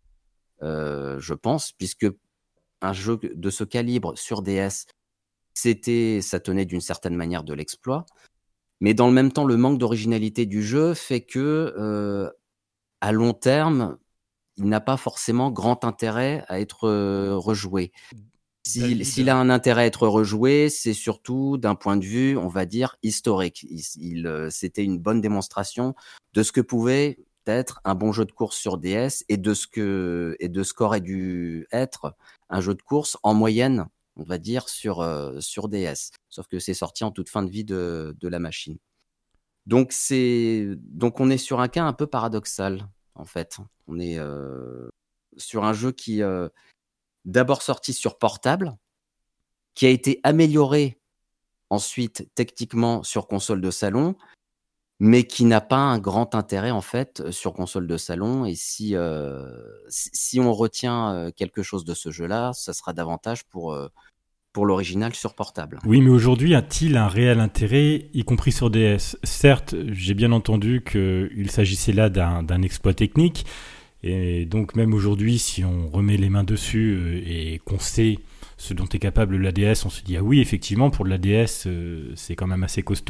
euh, je pense, puisque un jeu de ce calibre sur D S, c'était, ça tenait d'une certaine manière de l'exploit. Mais dans le même temps, le manque d'originalité du jeu fait que, euh, à long terme, il n'a pas forcément grand intérêt à être euh, rejoué. S'il, David. s'il a un intérêt à être rejoué, c'est surtout d'un point de vue, on va dire, historique. Il, il, euh, c'était une bonne démonstration de ce que pouvait être un bon jeu de course sur D S et de ce que et de ce qu'aurait dû être un jeu de course en moyenne, on va dire, sur euh, sur D S. Sauf que c'est sorti en toute fin de vie de de la machine. Donc c'est donc on est sur un cas un peu paradoxal en fait. On est euh, sur un jeu qui euh, d'abord sorti sur portable, qui a été amélioré ensuite techniquement sur console de salon, mais qui n'a pas un grand intérêt en fait sur console de salon. Et si euh, si, si on retient euh, quelque chose de ce jeu-là, ça sera davantage pour euh, pour l'original sur portable. Oui, mais aujourd'hui, a-t-il un réel intérêt, y compris sur D S ? Certes, j'ai bien entendu qu'il s'agissait là d'un, d'un exploit technique, et donc même aujourd'hui, si on remet les mains dessus euh, et qu'on sait ce dont est capable la D S, on se dit « Ah oui, effectivement, pour de la D S, euh, c'est quand même assez costaud ».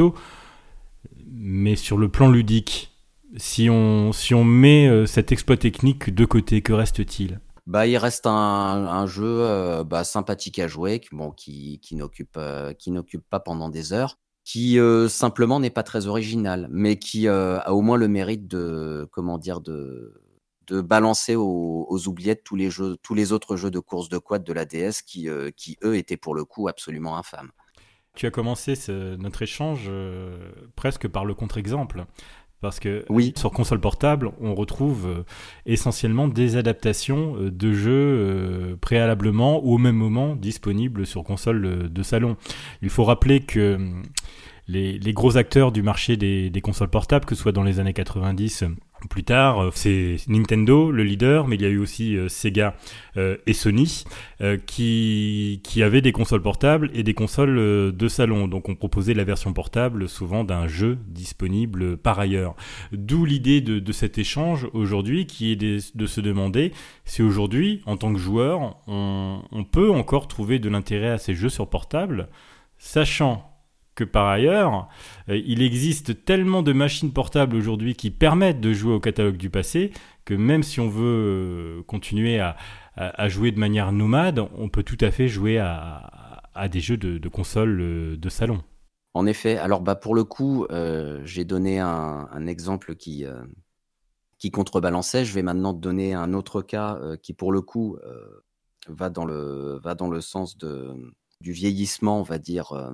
Mais sur le plan ludique, si on, si on met euh, cet exploit technique de côté, que reste-t-il ? Bah, il reste un, un jeu euh, bah, sympathique à jouer, qui, bon, qui, qui, n'occupe, euh, qui n'occupe pas pendant des heures, qui euh, simplement n'est pas très original, mais qui euh, a au moins le mérite de, comment dire, de, de balancer aux, aux oubliettes tous les jeux, tous les autres jeux de course de quad de la D S qui, euh, qui eux étaient pour le coup absolument infâmes. Tu as commencé ce, notre échange euh, presque par le contre-exemple. Parce que oui. Sur console portable, on retrouve euh, essentiellement des adaptations euh, de jeux euh, préalablement ou au même moment disponibles sur console euh, de salon. Il faut rappeler que euh, les, les gros acteurs du marché des, des consoles portables, que ce soit dans les années quatre-vingt-dix ou plus tard, euh, c'est Nintendo, le leader, mais il y a eu aussi euh, Sega euh, et Sony euh, qui, qui avaient des consoles portables et des consoles euh, de salon. Donc on proposait la version portable souvent d'un jeu disponible par ailleurs. D'où l'idée de, de cet échange aujourd'hui qui est de, de se demander si aujourd'hui, en tant que joueur, on, on peut encore trouver de l'intérêt à ces jeux sur portable, sachant que par ailleurs, euh, il existe tellement de machines portables aujourd'hui qui permettent de jouer au catalogue du passé que même si on veut euh, continuer à, à, à jouer de manière nomade, on peut tout à fait jouer à, à des jeux de, de console euh, de salon. En effet, alors bah pour le coup, euh, j'ai donné un, un exemple qui, euh, qui contrebalançait. Je vais maintenant te donner un autre cas euh, qui pour le coup euh, va, dans le, va dans le sens de, du vieillissement, on va dire, euh,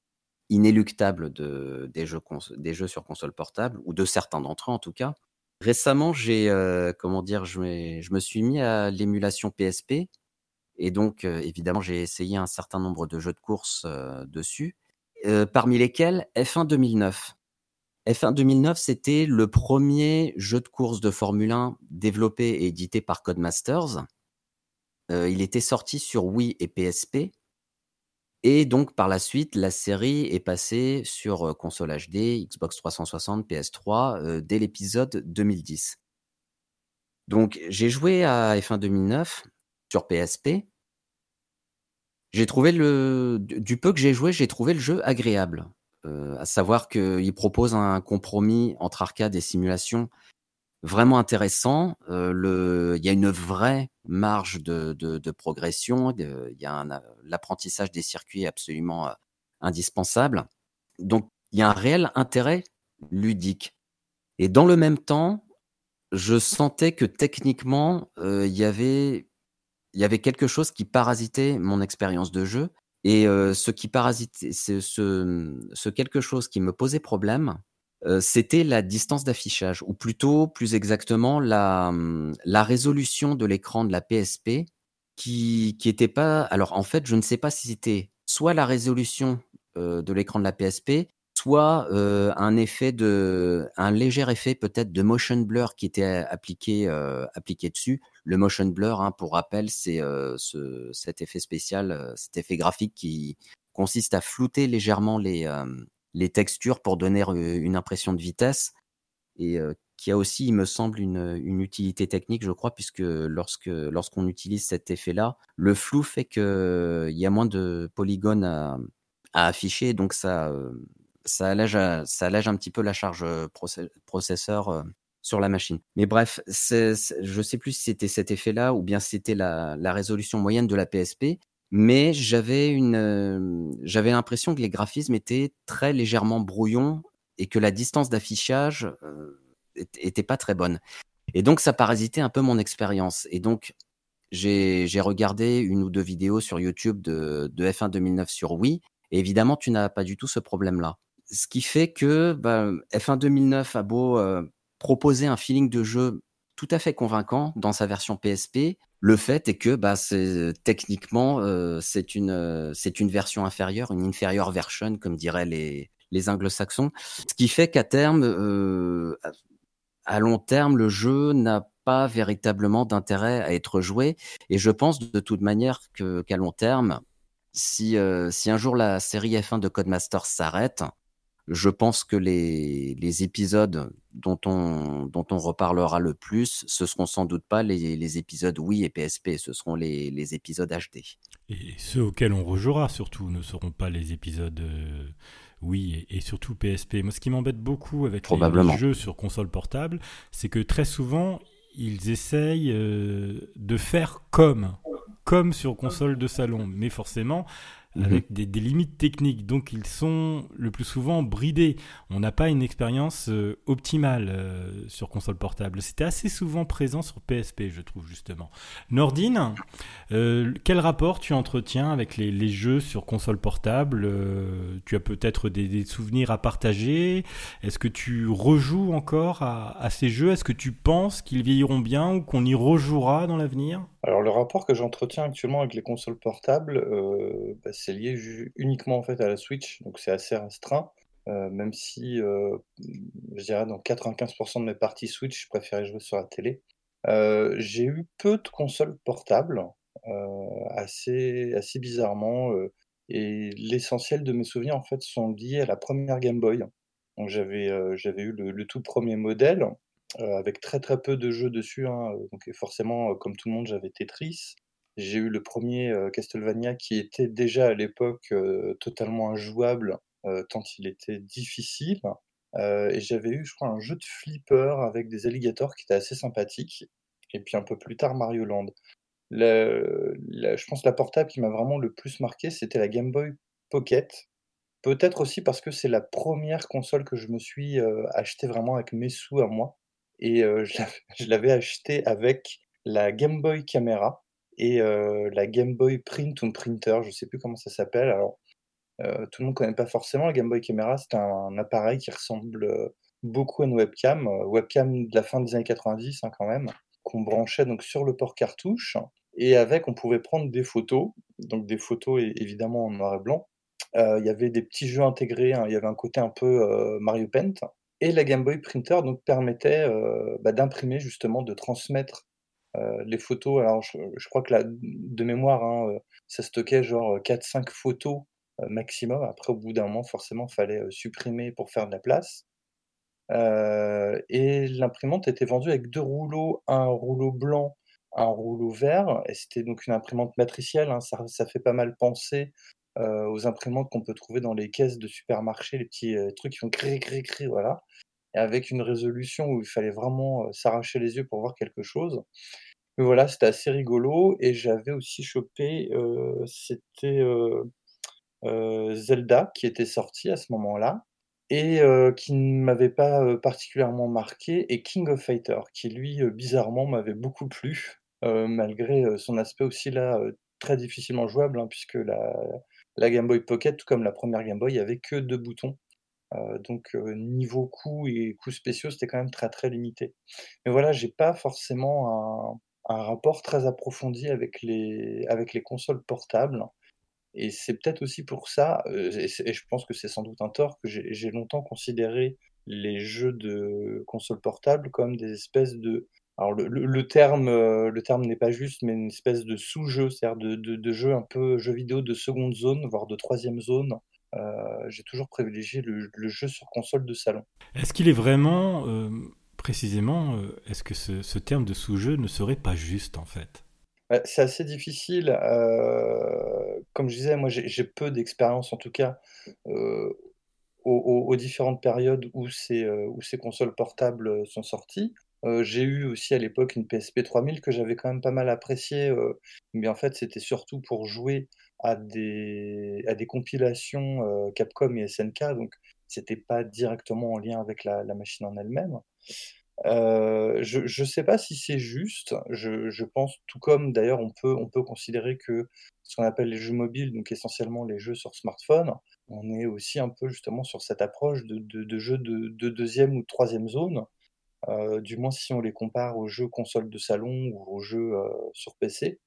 inéluctable de, des, jeux cons- des jeux sur console portable, ou de certains d'entre eux en tout cas. Récemment, j'ai, euh, comment dire, je, m'ai, je me suis mis à l'émulation P S P, et donc euh, évidemment j'ai essayé un certain nombre de jeux de course euh, dessus, euh, parmi lesquels F un deux mille neuf. F un deux mille neuf, c'était le premier jeu de course de Formule un développé et édité par Codemasters. Euh, il était sorti sur Wii et P S P. Et donc, par la suite, la série est passée sur euh, console H D, Xbox trois cent soixante, P S trois, euh, dès l'épisode deux mille dix. Donc, j'ai joué à F un deux mille neuf sur P S P. J'ai trouvé le du du peu que j'ai joué, j'ai trouvé le jeu agréable. Heu, à savoir qu'il propose un compromis entre arcade et simulation vraiment intéressant. Heu, le il y a une vraie marge de de de progression, de il y a un a l'apprentissage des circuits est absolument, heu, indispensable. Donc il y a un réel intérêt ludique et dans le même temps, je sentais que techniquement, heu, il y avait il y avait quelque chose qui parasitait mon expérience de jeu et heu, ce qui parasitait ce ce, mmh, ce quelque chose qui me posait problème, heu, c'était la distance d'affichage ou plutôt, plus exactement, la, mmh, la résolution de l'écran de la P S P qui qui était pas alors en fait, je ne sais pas si c'était soit la résolution, heu, de l'écran de la P S P, soit, heu, un effet de un léger effet peut-être de motion blur qui était appliqué, heu, appliqué dessus. Le motion blur, hein, pour rappel, c'est, heu, ce cet effet spécial, heu, cet effet graphique qui consiste à flouter légèrement les, hem, les textures pour donner, heu, une impression de vitesse et heu, qui a aussi, il me semble, une, une utilité technique, je crois, puisque lorsque lorsqu'on utilise cet effet-là, le flou fait qu'il y a moins de polygones à à afficher, donc ça, heu, ça allège, heu, ça allège un petit peu la charge, heu, procé processeur, heu, sur la machine. Mais bref, c'est c'est je sais plus si c'était cet effet-là ou bien si c'était la la résolution moyenne de la P S P, mais j'avais une, hem, j'avais l'impression que les graphismes étaient très légèrement brouillons et que la distance d'affichage, heu, ét était pas très bonne et donc ça parasitait un peu mon expérience et donc j'ai j'ai regardé une ou deux vidéos sur YouTube de de F un deux mille neuf sur Wii et évidemment, tu n'as pas du tout ce problème-là. Ce qui fait que, bah, F un deux mille neuf a beau, heu, proposer un feeling de jeu tout à fait convaincant dans sa version P S P, le fait est que, bah, c'est techniquement, heu, c'est une, heu, c'est une version inférieure, une inferior version comme diraient les les anglo-saxons. Ce qui fait qu'à terme, heu, à à long terme, le jeu n'a pas véritablement d'intérêt à être joué et je pense de toute manière que qu'à long terme, si, heu, si un jour la série F un de Codemasters s'arrête, je pense que les les épisodes dont on dont on reparlera le plus, ce seront sans doute pas les les épisodes Wii et P S P, ce seront les les épisodes H D. Et ceux auxquels on rejouera surtout ne seront pas les épisodes euh, Wii et, et surtout P S P. Moi, ce qui m'embête beaucoup avec les, les Probablement. jeux sur console portable, c'est que très souvent, ils essayent euh, de faire comme, comme sur console de salon, mais forcément Mmh mh. avec des, des limites techniques. Donc, ils sont le plus souvent bridés. On n'a pas une expérience euh, optimale euh, sur console portable. C'était assez souvent présent sur P S P, je trouve, justement. Nordine, euh, quel rapport tu entretiens avec les, les jeux sur console portable? Euh, Tu as peut-être des, des souvenirs à partager? Est-ce que tu rejoues encore à, à ces jeux? Est-ce que tu penses qu'ils vieilliront bien ou qu'on y rejouera dans l'avenir? Alors le rapport que j'entretiens actuellement avec les consoles portables, heu, bah, c'est lié ju uniquement en fait à la Switch, donc c'est assez restreint, heu, même si, heu, mmh, je dirais dans quatre-vingt-quinze de mes parties Switch, je préférais jouer sur la télé. Heu, j'ai eu peu de consoles portables, heu, assez assez bizarrement, heu et l'essentiel de mes souvenirs en fait sont liés à la première Game Boy. Donc j'avais, heu, j'avais eu le le tout premier modèle, heu, avec très, très peu de jeux dessus, hein, heu, donc forcément, heu, comme tout le monde, j'avais Tetris. J'ai eu le premier er Castlevania qui était déjà à l'époque, heu, totalement injouable, heu, tant il était difficile, heu et j'avais eu, je crois, un jeu de flipper avec des alligators qui était assez sympathique et puis un peu plus tard Mario Land. Le la je pense la portable qui m'a vraiment le plus marqué, c'était la Game Boy Pocket. Peut-être aussi parce que c'est la première console que je me suis, heu, achetée vraiment avec mes sous à moi et heu, je l'avais je l'avais achetée avec la Game Boy Camera et heu, la Game Boy Print ou Printer, je sais plus comment ça s'appelle. Alors, heu, tout le monde connaît pas forcément la Game Boy Camera, c'est un appareil qui ressemble, heu, beaucoup à une webcam, heu, webcam de la fin des années quatre-vingt-dix, hein, quand même, qu'on branchait donc sur le port cartouche et avec on pouvait prendre des photos, donc des photos é évidemment en noir et blanc. Heu, il y avait des petits jeux intégrés, hein, il y avait un côté un peu, heu, Mario Paint et la Game Boy Printer donc permettait, heu, bah, d'imprimer justement, de transmettre, heu, les photos. Alors je je crois que là, de mémoire, hein, heu, ça stockait genre quatre cinq photos, heu, maximum. Après au bout d'un moment forcément fallait, heu, supprimer pour faire de la place. Heu et l'imprimante était vendue avec deux rouleaux, un rouleau blanc, un rouleau vert et c'était donc une imprimante matricielle, hein. Ça ça fait pas mal penser, heu, aux imprimantes qu'on peut trouver dans les caisses de supermarché, les petits, heu, trucs qui font cri cri cri, voilà, et avec une résolution où il fallait vraiment, heu, s'arracher les yeux pour voir quelque chose. Mais voilà, c'était assez rigolo et j'avais aussi chopé, heu, c'était, heu heu, Zelda qui était sorti à ce moment-là et heu, qui ne m'avait pas, heu, particulièrement marqué et King of Fighters qui lui, heu, bizarrement m'avait beaucoup plu, heu, malgré, heu, son aspect aussi là, heu, très difficilement jouable, hein, puisque la la Game Boy Pocket, tout comme la première Game Boy, il y avait que deux boutons, heu, donc heu, niveau coups et coups spéciaux, c'était quand même très, très limité. Mais voilà, j'ai pas forcément un un rapport très approfondi avec les avec les consoles portables et c'est peut-être aussi pour ça, heu et c'est et je pense que c'est sans doute un tort, que j'ai j'ai longtemps considéré les jeux de consoles portables comme des espèces de alors le le le terme, heu, le terme n'est pas juste, mais une espèce de sous-jeu, c'est-à-dire de de de jeux un peu jeux vidéo de seconde zone, voire de troisième zone. Heu, j'ai toujours privilégié le le jeu sur console de salon. Est-ce qu'il est vraiment, hem, précisément, heu, est-ce que ce ce terme de sous-jeu ne serait pas juste, en fait? Bah, c'est assez difficile, heu, comme je disais, moi j'ai j'ai peu d'expérience en tout cas, heu, aux aux aux différentes périodes où ces, heu, où ces consoles portables, heu, sont sorties. Heu, j'ai eu aussi à l'époque une P S P trois mille que j'avais quand même pas mal appréciée, heu, mais en fait c'était surtout pour jouer à des à des compilations, heu, Capcom et S N K, donc c'était pas directement en lien avec la la machine en elle-même. Heu, je je sais pas si c'est juste, je je pense tout comme d'ailleurs on peut on peut considérer que ce qu'on appelle les jeux mobiles, donc essentiellement les jeux sur smartphone, on est aussi un peu justement sur cette approche de de de jeux de de deuxième ou de troisième zone, heu, du moins si on les compare aux jeux consoles de salon ou aux jeux, heu, sur P C.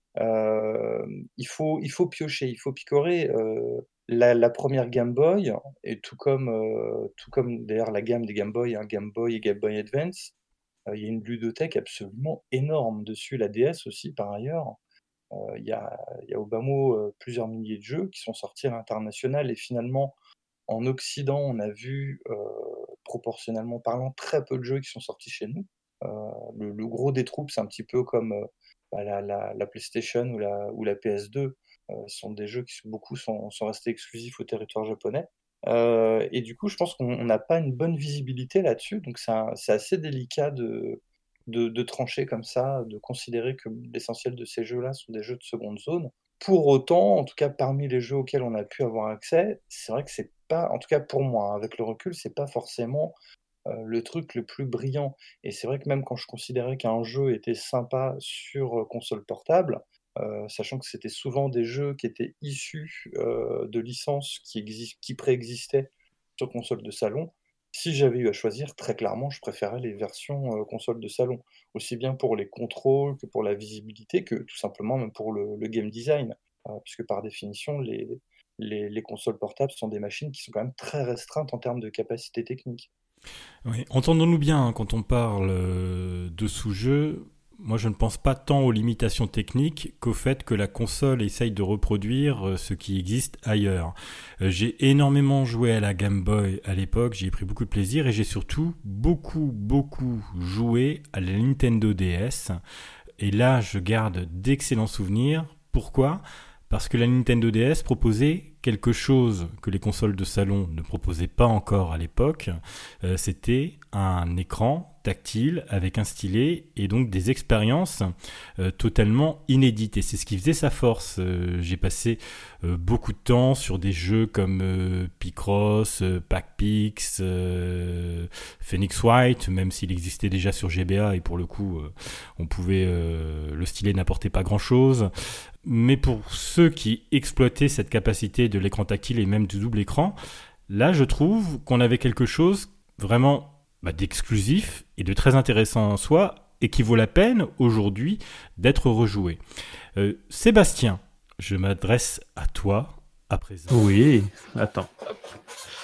Hem, il faut il faut piocher, il faut picorer, heu, la la première Game Boy et tout comme, heu, tout comme d'ailleurs la gamme des Game Boy, hein, Game Boy et Game Boy Advance, heu, il y a une ludothèque absolument énorme dessus, la D S aussi par ailleurs. Heu, il y a il y a au bas mot, heu, plusieurs milliers de jeux qui sont sortis à l'international et finalement en occident, on a vu, heu, proportionnellement parlant, très peu de jeux qui sont sortis chez nous. Heu, le le gros des troupes, c'est un petit peu comme, heu, bah, la la la PlayStation ou la ou la P S deux, heu, ce sont des jeux qui sont beaucoup sont sont restés exclusifs au territoire japonais. Heu et du coup, je pense qu'on on n'a pas une bonne visibilité là-dessus, donc c'est un c'est assez délicat de de de trancher comme ça, de considérer que l'essentiel de ces jeux-là sont des jeux de seconde zone. Pour autant, en tout cas parmi les jeux auxquels on a pu avoir accès, c'est vrai que c'est pas en tout cas pour moi, hein, avec le recul, c'est pas forcément, heu, le truc le plus brillant et c'est vrai que même quand je considérais qu'un jeu était sympa sur, heu, console portable, heu, sachant que c'était souvent des jeux qui étaient issus, heu, de licences qui exis qui préexistaient sur console de salon. Si j'avais eu à choisir, très clairement, je préférais les versions, heu, console de salon. Aussi bien pour les contrôles que pour la visibilité, que tout simplement même pour le le game design. Heu, puisque par définition les les les consoles portables sont des machines qui sont quand même très restreintes en termes de capacité technique. Oui, entendons-nous bien, hein, quand on parle euh, de sous-jeu, moi je ne pense pas tant aux limitations techniques qu'au fait que la console essaye de reproduire euh, ce qui existe ailleurs. Euh, j'ai énormément joué à la Game Boy à l'époque, j'y ai pris beaucoup de plaisir et j'ai surtout beaucoup, beaucoup joué à la Nintendo D S. Et là, je garde d'excellents souvenirs. Pourquoi ? Parce que la Nintendo D S proposait quelque chose que les consoles de salon ne proposaient pas encore à l'époque. Euh, c'était un écran tactile avec un stylet et donc des expériences euh, totalement inédites. Et c'est ce qui faisait sa force. Euh, j'ai passé euh, beaucoup de temps sur des jeux comme euh, Picross, euh, Pac-Pix, euh, Phoenix Wright, même s'il existait déjà sur G B A et pour le coup, euh, on pouvait, euh, le stylet n'apportait pas grand-chose. Mais pour ceux qui exploitaient cette capacité de l'écran tactile et même du double écran, là je trouve qu'on avait quelque chose vraiment bah, d'exclusif et de très intéressant en soi et qui vaut la peine aujourd'hui d'être rejoué. Euh, Sébastien, je m'adresse à toi à présent. Oui, attends.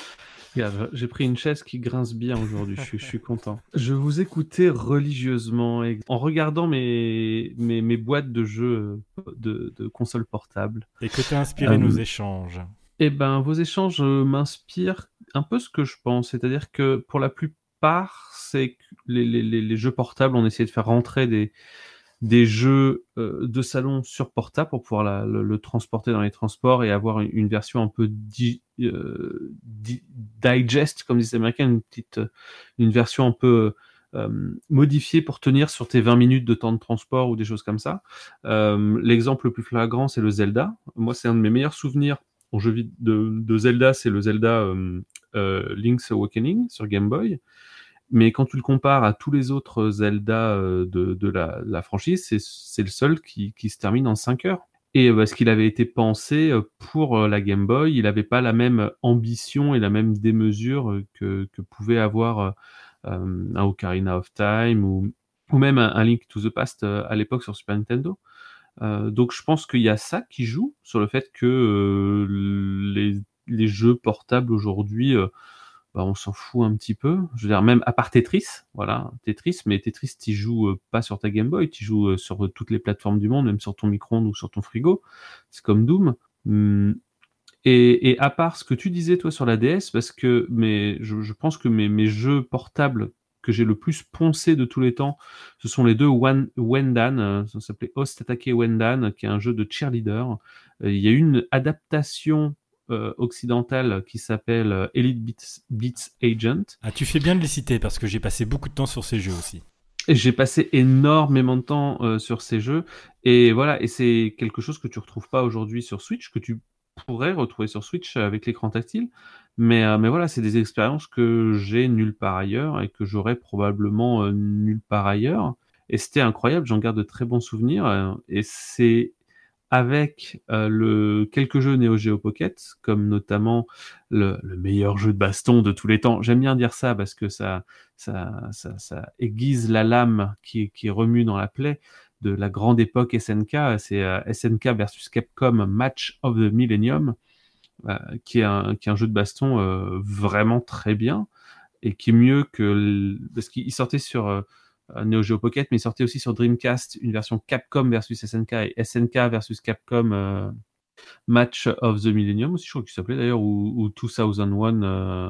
Regarde, j'ai pris une chaise qui grince bien aujourd'hui, je suis, je suis content. Je vous écoutais religieusement et en regardant mes, mes, mes boîtes de jeux de, de consoles portables. Et que t'as inspiré Euh, nos échanges? Eh ben, vos échanges euh, m'inspirent un peu ce que je pense, c'est-à-dire que pour la plupart, c'est que les, les, les, les jeux portables, on essayait de faire rentrer des, des jeux euh, de salon sur portable pour pouvoir la- le, le transporter dans les transports et avoir une, une version un peu di- euh, di- digest, comme disent les Américains, une petite, euh, une version un peu euh, modifiée pour tenir sur tes vingt minutes de temps de transport ou des choses comme ça. Euh, l'exemple le plus flagrant, c'est le Zelda. Moi, c'est un de mes meilleurs souvenirs en jeu vid- de, de Zelda, c'est le Zelda euh, euh, Link's Awakening sur Game Boy. Mais quand tu le compares à tous les autres Zelda euh, de, de la, la franchise, c'est, c'est le seul qui, qui se termine en cinq heures. Et euh, parce qu'il avait été pensé euh, pour euh, la Game Boy, il n'avait pas la même ambition et la même démesure euh, que, que pouvait avoir euh, euh, un Ocarina of Time ou, ou même un, un Link to the Past euh, à l'époque sur Super Nintendo. Euh, donc je pense qu'il y a ça qui joue sur le fait que euh, les, les jeux portables aujourd'hui, euh, bah, on s'en fout un petit peu. Je veux dire, même à part Tetris, voilà, Tetris, mais Tetris, tu joues euh, pas sur ta Game Boy, tu joues euh, sur euh, toutes les plateformes du monde, même sur ton micro-ondes ou sur ton frigo. C'est comme Doom. Hum, Et, et à part ce que tu disais, toi, sur la D S, parce que mes, je, je pense que mes, mes jeux portables que j'ai le plus poncé de tous les temps, ce sont les deux Wan- Wendan, euh, ça s'appelait Host Attaque Wendan, qui est un jeu de cheerleader. Euh, Il y a eu une adaptation euh, occidentale qui s'appelle euh, Elite Beats, Beats Agent. Ah, tu fais bien de les citer parce que j'ai passé beaucoup de temps sur ces jeux aussi. Et j'ai passé énormément de temps euh, sur ces jeux. Et voilà, et c'est quelque chose que tu retrouves pas aujourd'hui sur Switch, que tu pourrais retrouver sur Switch avec l'écran tactile. Mais, euh, mais voilà, c'est des expériences que j'ai nulle part ailleurs et que j'aurais probablement euh, nulle part ailleurs. Et c'était incroyable, j'en garde de très bons souvenirs. euh, et c'est avec euh, le, quelques jeux Neo Geo Pocket, comme notamment le, le meilleur jeu de baston de tous les temps. J'aime bien dire ça parce que ça, ça, ça, ça aiguise la lame qui, qui remue dans la plaie de la grande époque S N K. C'est euh, S N K versus Capcom Match of the Millennium, euh, qui, est un, qui est un jeu de baston euh, vraiment très bien et qui est mieux que... le- parce qu'il sortait sur... euh, Neo Geo Pocket, mais il sortait aussi sur Dreamcast une version Capcom versus S N K et S N K versus Capcom euh, Match of the Millennium aussi, je crois qu'il s'appelait d'ailleurs, ou, ou deux mille un, euh,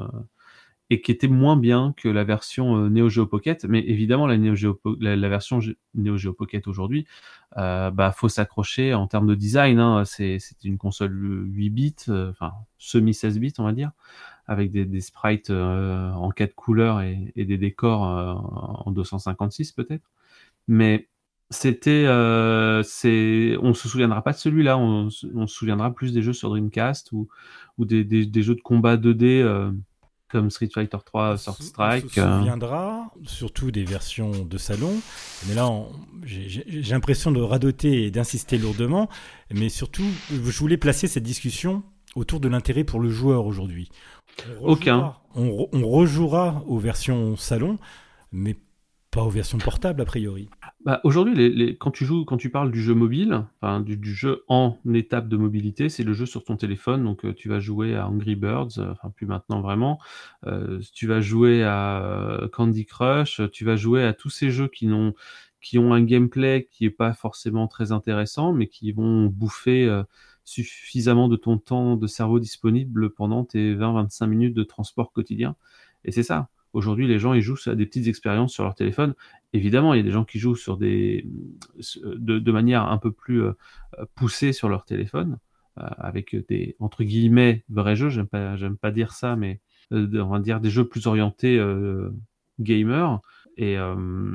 et qui était moins bien que la version euh, Neo Geo Pocket. Mais évidemment, la, Neo Geo, Po- la, la version Ge- Neo Geo Pocket aujourd'hui, euh, bah, faut s'accrocher en termes de design. Hein, c'est, c'est une console huit bits, euh, enfin semi seize bits, on va dire, avec des, des sprites euh, en quatre couleurs et, et des décors euh, en deux cent cinquante-six peut-être. Mais c'était, euh, c'est, on se souviendra pas de celui-là. On, s- on se souviendra plus des jeux sur Dreamcast ou, ou des, des, des jeux de combat deux D euh, comme Street Fighter trois, On Sword se- on Strike. se euh. souviendra surtout des versions de salon. Mais là, on- j'ai j'ai- j'ai l'impression de radoter et d'insister lourdement. Mais surtout, je voulais placer cette discussion autour de l'intérêt pour le joueur aujourd'hui. On Aucun. rejouera- On, re- on rejouera aux versions salon, mais pas aux versions portables a priori. Bah, aujourd'hui, les, les- quand tu joues, quand tu parles du jeu mobile, enfin du, du jeu en étape de mobilité, c'est le jeu sur ton téléphone. Donc, euh, tu vas jouer à Angry Birds, euh, enfin plus maintenant vraiment. Euh, tu vas jouer à euh, Candy Crush. euh, Tu vas jouer à tous ces jeux qui n'ont, qui ont un gameplay qui est pas forcément très intéressant, mais qui vont bouffer euh, suffisamment de ton temps de cerveau disponible pendant tes vingt à vingt-cinq minutes de transport quotidien. Et c'est ça. Aujourd'hui, les gens ils jouent à des petites expériences sur leur téléphone. Évidemment, il y a des gens qui jouent sur des, de, de manière un peu plus euh, poussée sur leur téléphone, euh, avec des, entre guillemets, vrais jeux. J'aime pas, j'aime pas dire ça, mais euh, on va dire des jeux plus orientés euh, gamer. Et, euh,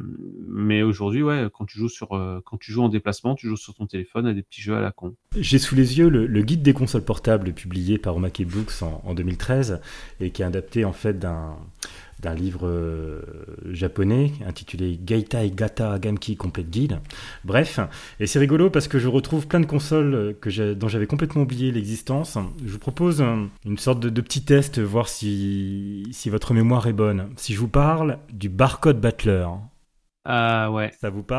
mais aujourd'hui, ouais, quand tu joues sur, euh, quand tu joues en déplacement, tu joues sur ton téléphone à des petits jeux à la con. J'ai sous les yeux le, le guide des consoles portables publié par Omake Books en, en deux mille treize et qui est adapté en fait d'un, d'un livre euh, japonais intitulé Geitai Gata Gamki Complete Guide. Bref, et c'est rigolo parce que je retrouve plein de consoles que j'ai, dont j'avais complètement oublié l'existence. Je vous propose un- une sorte de, de petit test, voir si, si votre mémoire est bonne. Si je vous parle du Barcode Battler, Ah ouais, ça vous parle ?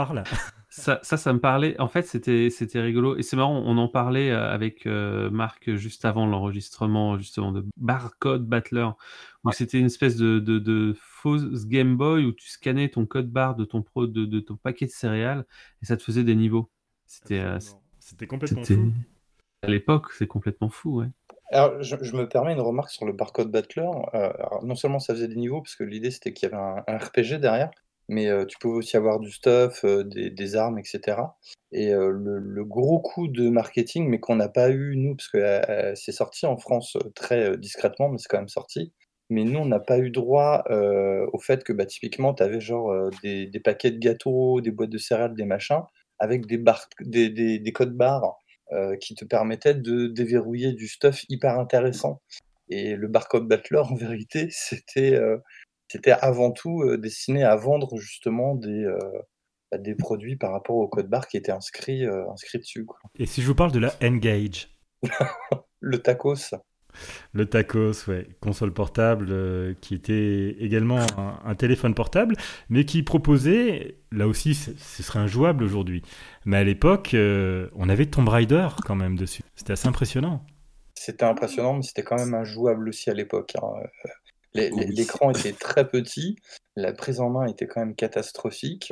Ça, ça, ça me parlait. En fait, c'était, c'était rigolo. Et c'est marrant, on en parlait euh, avec euh, Marc juste avant l'enregistrement justement de Barcode Battler, où Ouais. c'était une espèce de, de, de fausse Game Boy où tu scannais ton code barre de ton, pro, de, de ton paquet de céréales et ça te faisait des niveaux. C'était, euh, Absolument. C'était complètement c'était... fou. À l'époque, c'est complètement fou, ouais. Alors, je, je me permets une remarque sur le Barcode Battler. Euh, alors, non seulement ça faisait des niveaux, parce que l'idée c'était qu'il y avait un, un R P G derrière, mais euh, tu pouvais aussi avoir du stuff, euh, des, des armes, et cetera. Et euh, le, le gros coup de marketing, mais qu'on n'a pas eu nous, parce que euh, c'est sorti en France euh, très euh, discrètement, mais c'est quand même sorti. Mais nous, on n'a pas eu droit euh, au fait que bah, typiquement, tu avais genre euh, des, des paquets de gâteaux, des boîtes de céréales, des machins, avec des, bar- des, des, des codes barres euh, qui te permettaient de déverrouiller du stuff hyper intéressant. Et le Barcode Battler, en vérité, c'était euh, c'était avant tout euh, destiné à vendre justement des, euh, bah, des produits par rapport au code barre qui étaient inscrits, euh, inscrits dessus, quoi. Et si je vous parle de la N-Gage? Le tacos. Le tacos, ouais, console portable euh, qui était également un, un téléphone portable, mais qui proposait, là aussi, c- ce serait injouable aujourd'hui. Mais à l'époque, euh, on avait Tomb Raider quand même dessus. C'était assez impressionnant. C'était impressionnant, mais c'était quand même injouable aussi à l'époque, hein. Les- les- Oui. L'écran était très petit, la prise en main était quand même catastrophique.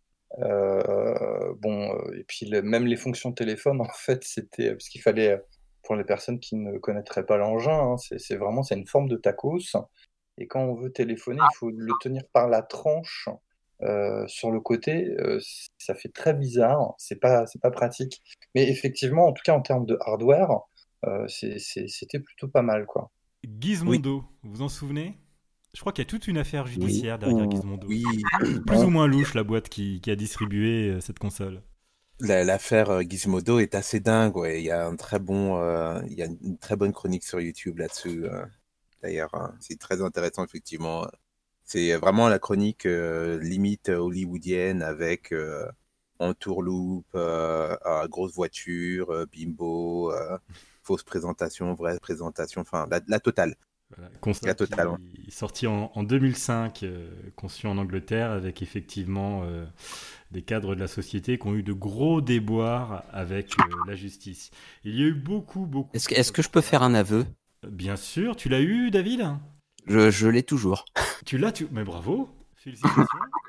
Euh, bon, euh, et puis le- même les fonctions téléphone, en fait, c'était parce qu'il fallait, euh, pour les personnes qui ne connaîtraient pas l'engin, hein, c'est c'est vraiment c'est une forme de tacos. Et quand on veut téléphoner, il faut le tenir par la tranche euh, sur le côté. Euh, c- ça fait très bizarre, c'est pas c'est pas pratique. Mais effectivement, en tout cas en termes de hardware, euh, c'est- c'est- c'était plutôt pas mal, quoi. Oui, Gizmondo, vous vous en souvenez? Je crois qu'il y a toute une affaire Oui. judiciaire derrière On- Gizmondo. oui. Plus On- ou moins louche la boîte qui, qui a distribué euh, cette console. La- L'affaire euh, Gizmodo est assez dingue. Ouais. Il y a un très bon, euh, il y a une très bonne chronique sur YouTube là-dessus. euh. D'ailleurs, hein. C'est très intéressant effectivement. C'est vraiment la chronique euh, limite hollywoodienne avec euh, entourloupe, euh, euh, grosse voiture, euh, bimbo, euh, fausse présentation, vraie présentation, enfin la, la totale. Voilà, La console totale. Ouais. qui est sortie en, en deux mille cinq, euh, conçue en Angleterre, avec effectivement euh, des cadres de la société qui ont eu de gros déboires avec euh, la justice. Il y a eu beaucoup, beaucoup. Est-ce que, est-ce que je peux faire un aveu? Bien sûr, tu l'as eu, David? Je, je l'ai toujours. Tu l'as, tu... Mais bravo, félicitations.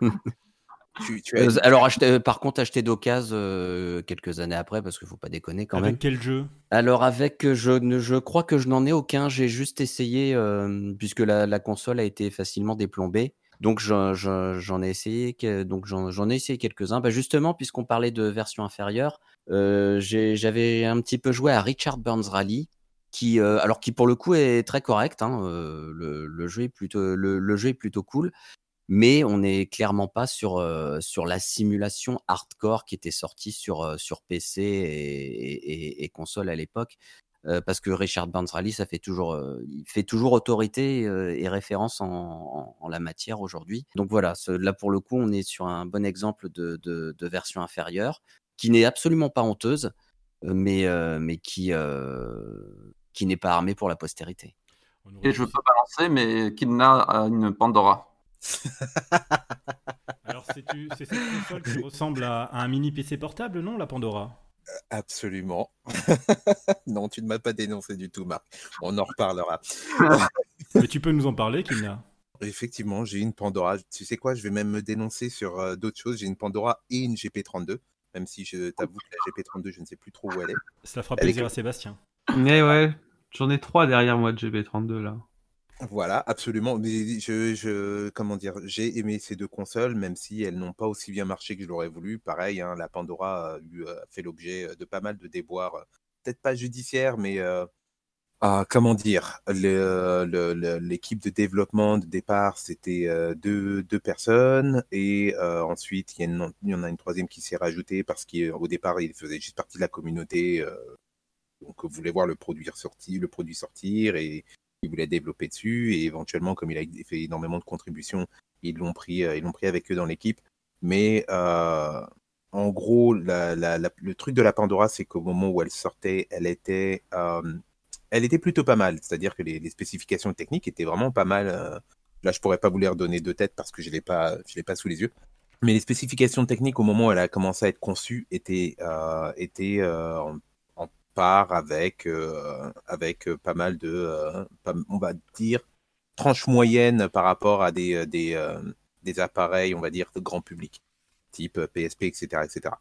Tu, tu as Euh, une- alors, acheter- euh, par contre, acheter d'occasion euh, quelques années après, parce qu'il faut pas déconner quand Avec même. quel jeu? Alors, avec, euh, je, ne- je crois que je n'en ai aucun. J'ai juste essayé, euh, puisque la, la console a été facilement déplombée. Donc, j'en, j'en- j'en ai essayé, que- donc j'en, j'en ai essayé quelques-uns. Bah, justement, puisqu'on parlait de version inférieure, euh, j'ai- j'avais un petit peu joué à Richard Burns Rally, qui, euh, alors qui pour le coup est très correct, hein, euh, le, le jeu est plutôt, le, le jeu est plutôt cool. Mais on n'est clairement pas sur, euh, sur la simulation hardcore qui était sortie sur, euh, sur P C et, et, et console à l'époque. Euh, parce que Richard Burns Rally, ça fait toujours, euh, il fait toujours autorité euh, et référence en, en, en la matière aujourd'hui. Donc voilà, ce- là pour le coup, on est sur un bon exemple de, de, de version inférieure qui n'est absolument pas honteuse, euh, mais, euh, mais qui, euh, qui n'est pas armée pour la postérité. On aurait Et je veux dû- pas balancer, mais Kidna a une Pandora. Alors, c'est-tu- c'est cette console qui ressemble à, à un mini P C portable, non, la Pandora? Absolument. Non, tu ne m'as pas dénoncé du tout, Marc. On en reparlera. Mais tu peux nous en parler, Kimna? Effectivement, j'ai une Pandora. Tu sais quoi, je vais même me dénoncer sur euh, d'autres choses. J'ai une Pandora et une G P trente-deux. Même si je t'avoue que la G P trente-deux, je ne sais plus trop où elle est. Ça fera Elle est plaisir que- à Sébastien. Mais ouais, j'en ai trois derrière moi de G B trente-deux là. Voilà, absolument. Mais je, je, comment dire, j'ai aimé ces deux consoles, même si elles n'ont pas aussi bien marché que je l'aurais voulu. Pareil, hein, la Pandora a eu, euh, fait l'objet de pas mal de déboires, euh, peut-être pas judiciaires, mais euh, ah, comment dire, le- le- le- l'équipe de développement de départ, c'était euh, deux, deux personnes, et euh, ensuite il y, a une- il y en a une troisième qui s'est rajoutée parce qu'au départ il faisait juste partie de la communauté, euh, donc voulait voir le produit sortir, le produit sortir, et il voulait développer dessus, et éventuellement comme il a fait énormément de contributions, ils l'ont pris, euh, ils l'ont pris avec eux dans l'équipe. Mais euh, en gros, la- la- la- le truc de la Pandora, c'est qu'au moment où elle sortait, elle était, euh, elle était plutôt pas mal. C'est-à-dire que les, les spécifications techniques étaient vraiment pas mal. euh. Là, je pourrais pas vous les redonner de tête parce que je l'ai pas, je l'ai pas sous les yeux. Mais les spécifications techniques au moment où elle a commencé à être conçue étaient, euh, étaient euh, en, en part avec, euh, avec euh, pas mal de, euh, pas- on va dire, tranches moyennes par rapport à des, euh, des, euh, des appareils, on va dire, de grand public, type P S P, et cetera, et cetera.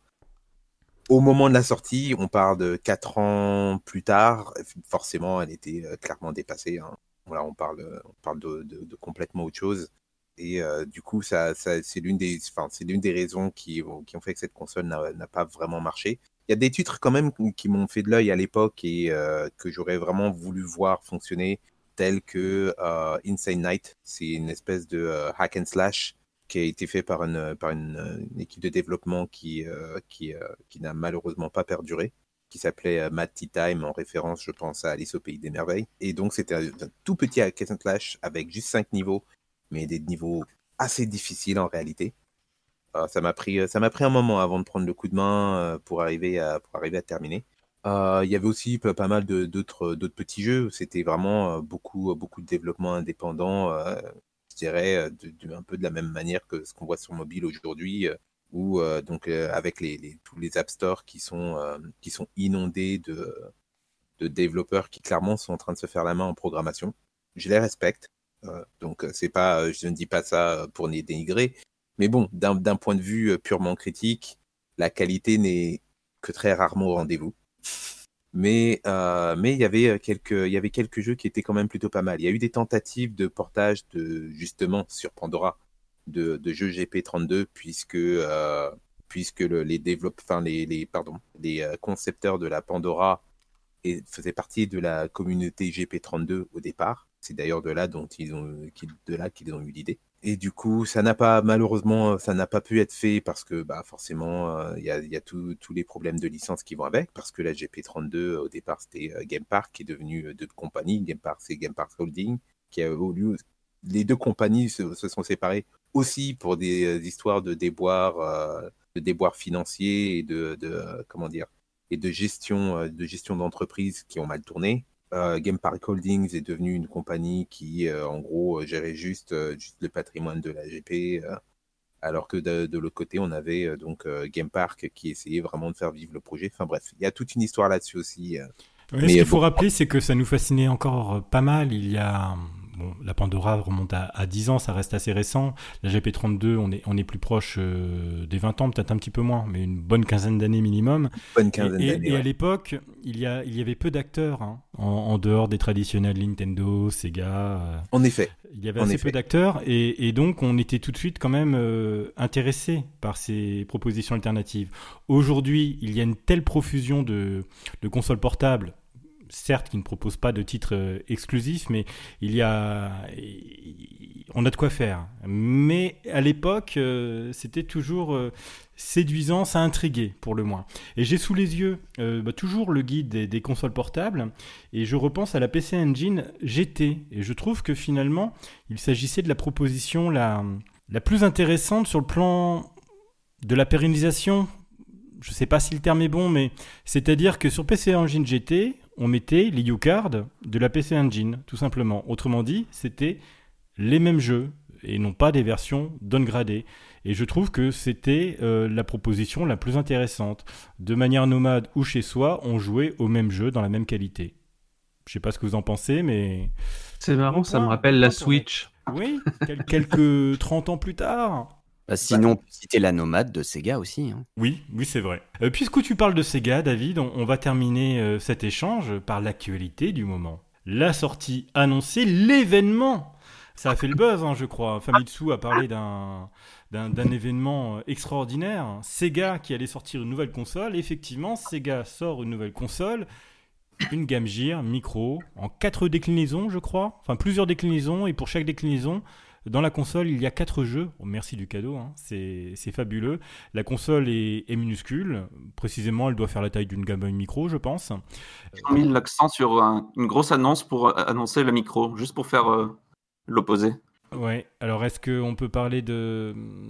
Au moment de la sortie, on parle de quatre ans plus tard, forcément, elle était euh, clairement dépassée, hein. Voilà, on parle, euh, on parle de, de, de complètement autre chose. Et euh, du coup, ça, ça, c'est l'une des, enfin, c'est l'une des raisons qui, ont- qui ont fait que cette console n'a, n'a pas vraiment marché. Il y a des titres quand même qui qui m'ont fait de l'œil à l'époque et euh, que j'aurais vraiment voulu voir fonctionner, tels que euh, Insane Night. C'est une espèce de euh, hack and slash qui a été fait par une, par une, une équipe de développement qui, euh, qui, euh, qui n'a malheureusement pas perduré, qui s'appelait euh, Mad Tea Time, en référence, je pense, à Alice au Pays des Merveilles. Et donc, c'était un, un tout petit hack and slash avec juste cinq niveaux, mais des niveaux assez difficiles en réalité. Euh, ça m'a pris, ça m'a pris un moment avant de prendre le coup de main euh, pour arriver à, pour arriver à terminer. Euh, Il y avait aussi pas, pas mal de, d'autres, d'autres petits jeux. C'était vraiment euh, beaucoup, beaucoup de développement indépendant, euh, je dirais, euh, de, de- un peu de la même manière que ce qu'on voit sur mobile aujourd'hui, euh, où euh, donc euh, avec les, les- tous les App Store qui sont, euh, qui sont inondés de, de développeurs qui clairement sont en train de se faire la main en programmation. Je les respecte. Euh, donc euh, c'est pas, euh, je ne dis pas ça pour les dénigrer, mais bon, d'un d'un point de vue euh, purement critique, la qualité n'est que très rarement au rendez-vous. Mais euh, mais il y avait euh, quelques il y avait quelques jeux qui étaient quand même plutôt pas mal. Il y a eu des tentatives de portage de justement sur Pandora de, de jeux G P trente-deux puisque euh, puisque le, les développeurs, enfin les, les pardon les euh, concepteurs de la Pandora et faisaient partie de la communauté G P trente-deux au départ. C'est d'ailleurs de là dont ils ont qu'ils- de là qu'ils ont eu l'idée. Et du coup, ça n'a pas, malheureusement, ça n'a pas pu être fait parce que, bah, forcément, euh, il y a, il y a tout- tous les problèmes de licence qui vont avec. Parce que la G P trente-deux, au départ, c'était euh, Game Park, qui est devenu euh, deux compagnies. Game Park, c'est Game Park Holding, qui a évolué. Les deux compagnies se, se sont séparées aussi pour des euh, histoires de déboires, euh, de déboires financiers et de, de euh, comment dire, et de gestion, euh, de gestion d'entreprise qui ont mal tourné. Euh, Game Park Holdings est devenue une compagnie qui, euh, en gros, euh, gérait juste, euh, juste le patrimoine de la G P, euh, alors que de, de l'autre côté, on avait euh, donc euh, Game Park qui essayait vraiment de faire vivre le projet. Enfin bref, il y a toute une histoire là-dessus aussi. euh. Ouais, ce Mais qu'il euh, faut bon, rappeler, c'est que ça nous fascinait encore euh, pas mal. Il y a. Bon, la Pandora remonte à, à dix ans, ça reste assez récent. La G P trente-deux, on est, on est plus proche euh, des vingt ans, peut-être un petit peu moins, mais une bonne quinzaine d'années minimum. bonne Et, quinzaine et- d'années. et à Ouais. l'époque, il y, a, il y avait peu d'acteurs hein, en, en dehors des traditionnels Nintendo, Sega. euh, En effet, il y avait en assez peu effet. d'acteurs et, et donc on était tout de suite quand même euh, intéressé par ces propositions alternatives. Aujourd'hui, il y a une telle profusion de, de consoles portables, certes qui ne proposent pas de titres euh, exclusifs, mais il y a, on a de quoi faire. Mais à l'époque, euh, c'était toujours euh, séduisant, ça intriguait pour le moins. Et j'ai sous les yeux euh, bah, toujours le guide des, des consoles portables et je repense à la P C Engine G T et je trouve que finalement, il s'agissait de la proposition la, la plus intéressante sur le plan de la pérennisation. Je ne sais pas si le terme est bon, mais c'est-à-dire que sur P C Engine G T, on mettait les U-cards de la P C Engine, tout simplement. Autrement dit, c'était les mêmes jeux et non pas des versions downgradées. Et je trouve que c'était euh, la proposition la plus intéressante. De manière nomade ou chez soi, on jouait au même jeu dans la même qualité. Je ne sais pas ce que vous en pensez, mais... C'est marrant, Bon ça me point, rappelle bon la point pour Nick. Switch. Oui, quel- quelques trente ans plus tard. Bah, sinon, on peut citer la Nomade de Sega aussi, hein. Oui, oui, c'est vrai. Euh, puisque tu parles de Sega, David, on, on va terminer euh, cet échange par l'actualité du moment. La sortie annoncée, l'événement. Ça a fait le buzz, hein, je crois. Famitsu a parlé d'un, d'un, d'un événement euh, extraordinaire. Sega qui allait sortir une nouvelle console. Effectivement, Sega sort une nouvelle console. Une Game Gear micro en quatre déclinaisons, je crois. Enfin, plusieurs déclinaisons. Et pour chaque déclinaison, dans la console, il y a quatre jeux. Oh, merci du cadeau, hein. c'est, c'est fabuleux. La console est, est minuscule. Précisément, elle doit faire la taille d'une Game Boy Micro, je pense. Ils ont mis l'accent sur un- une grosse annonce pour euh, annoncer le micro, juste pour faire euh, l'opposé. Ouais. Alors, est-ce qu'on peut parler de,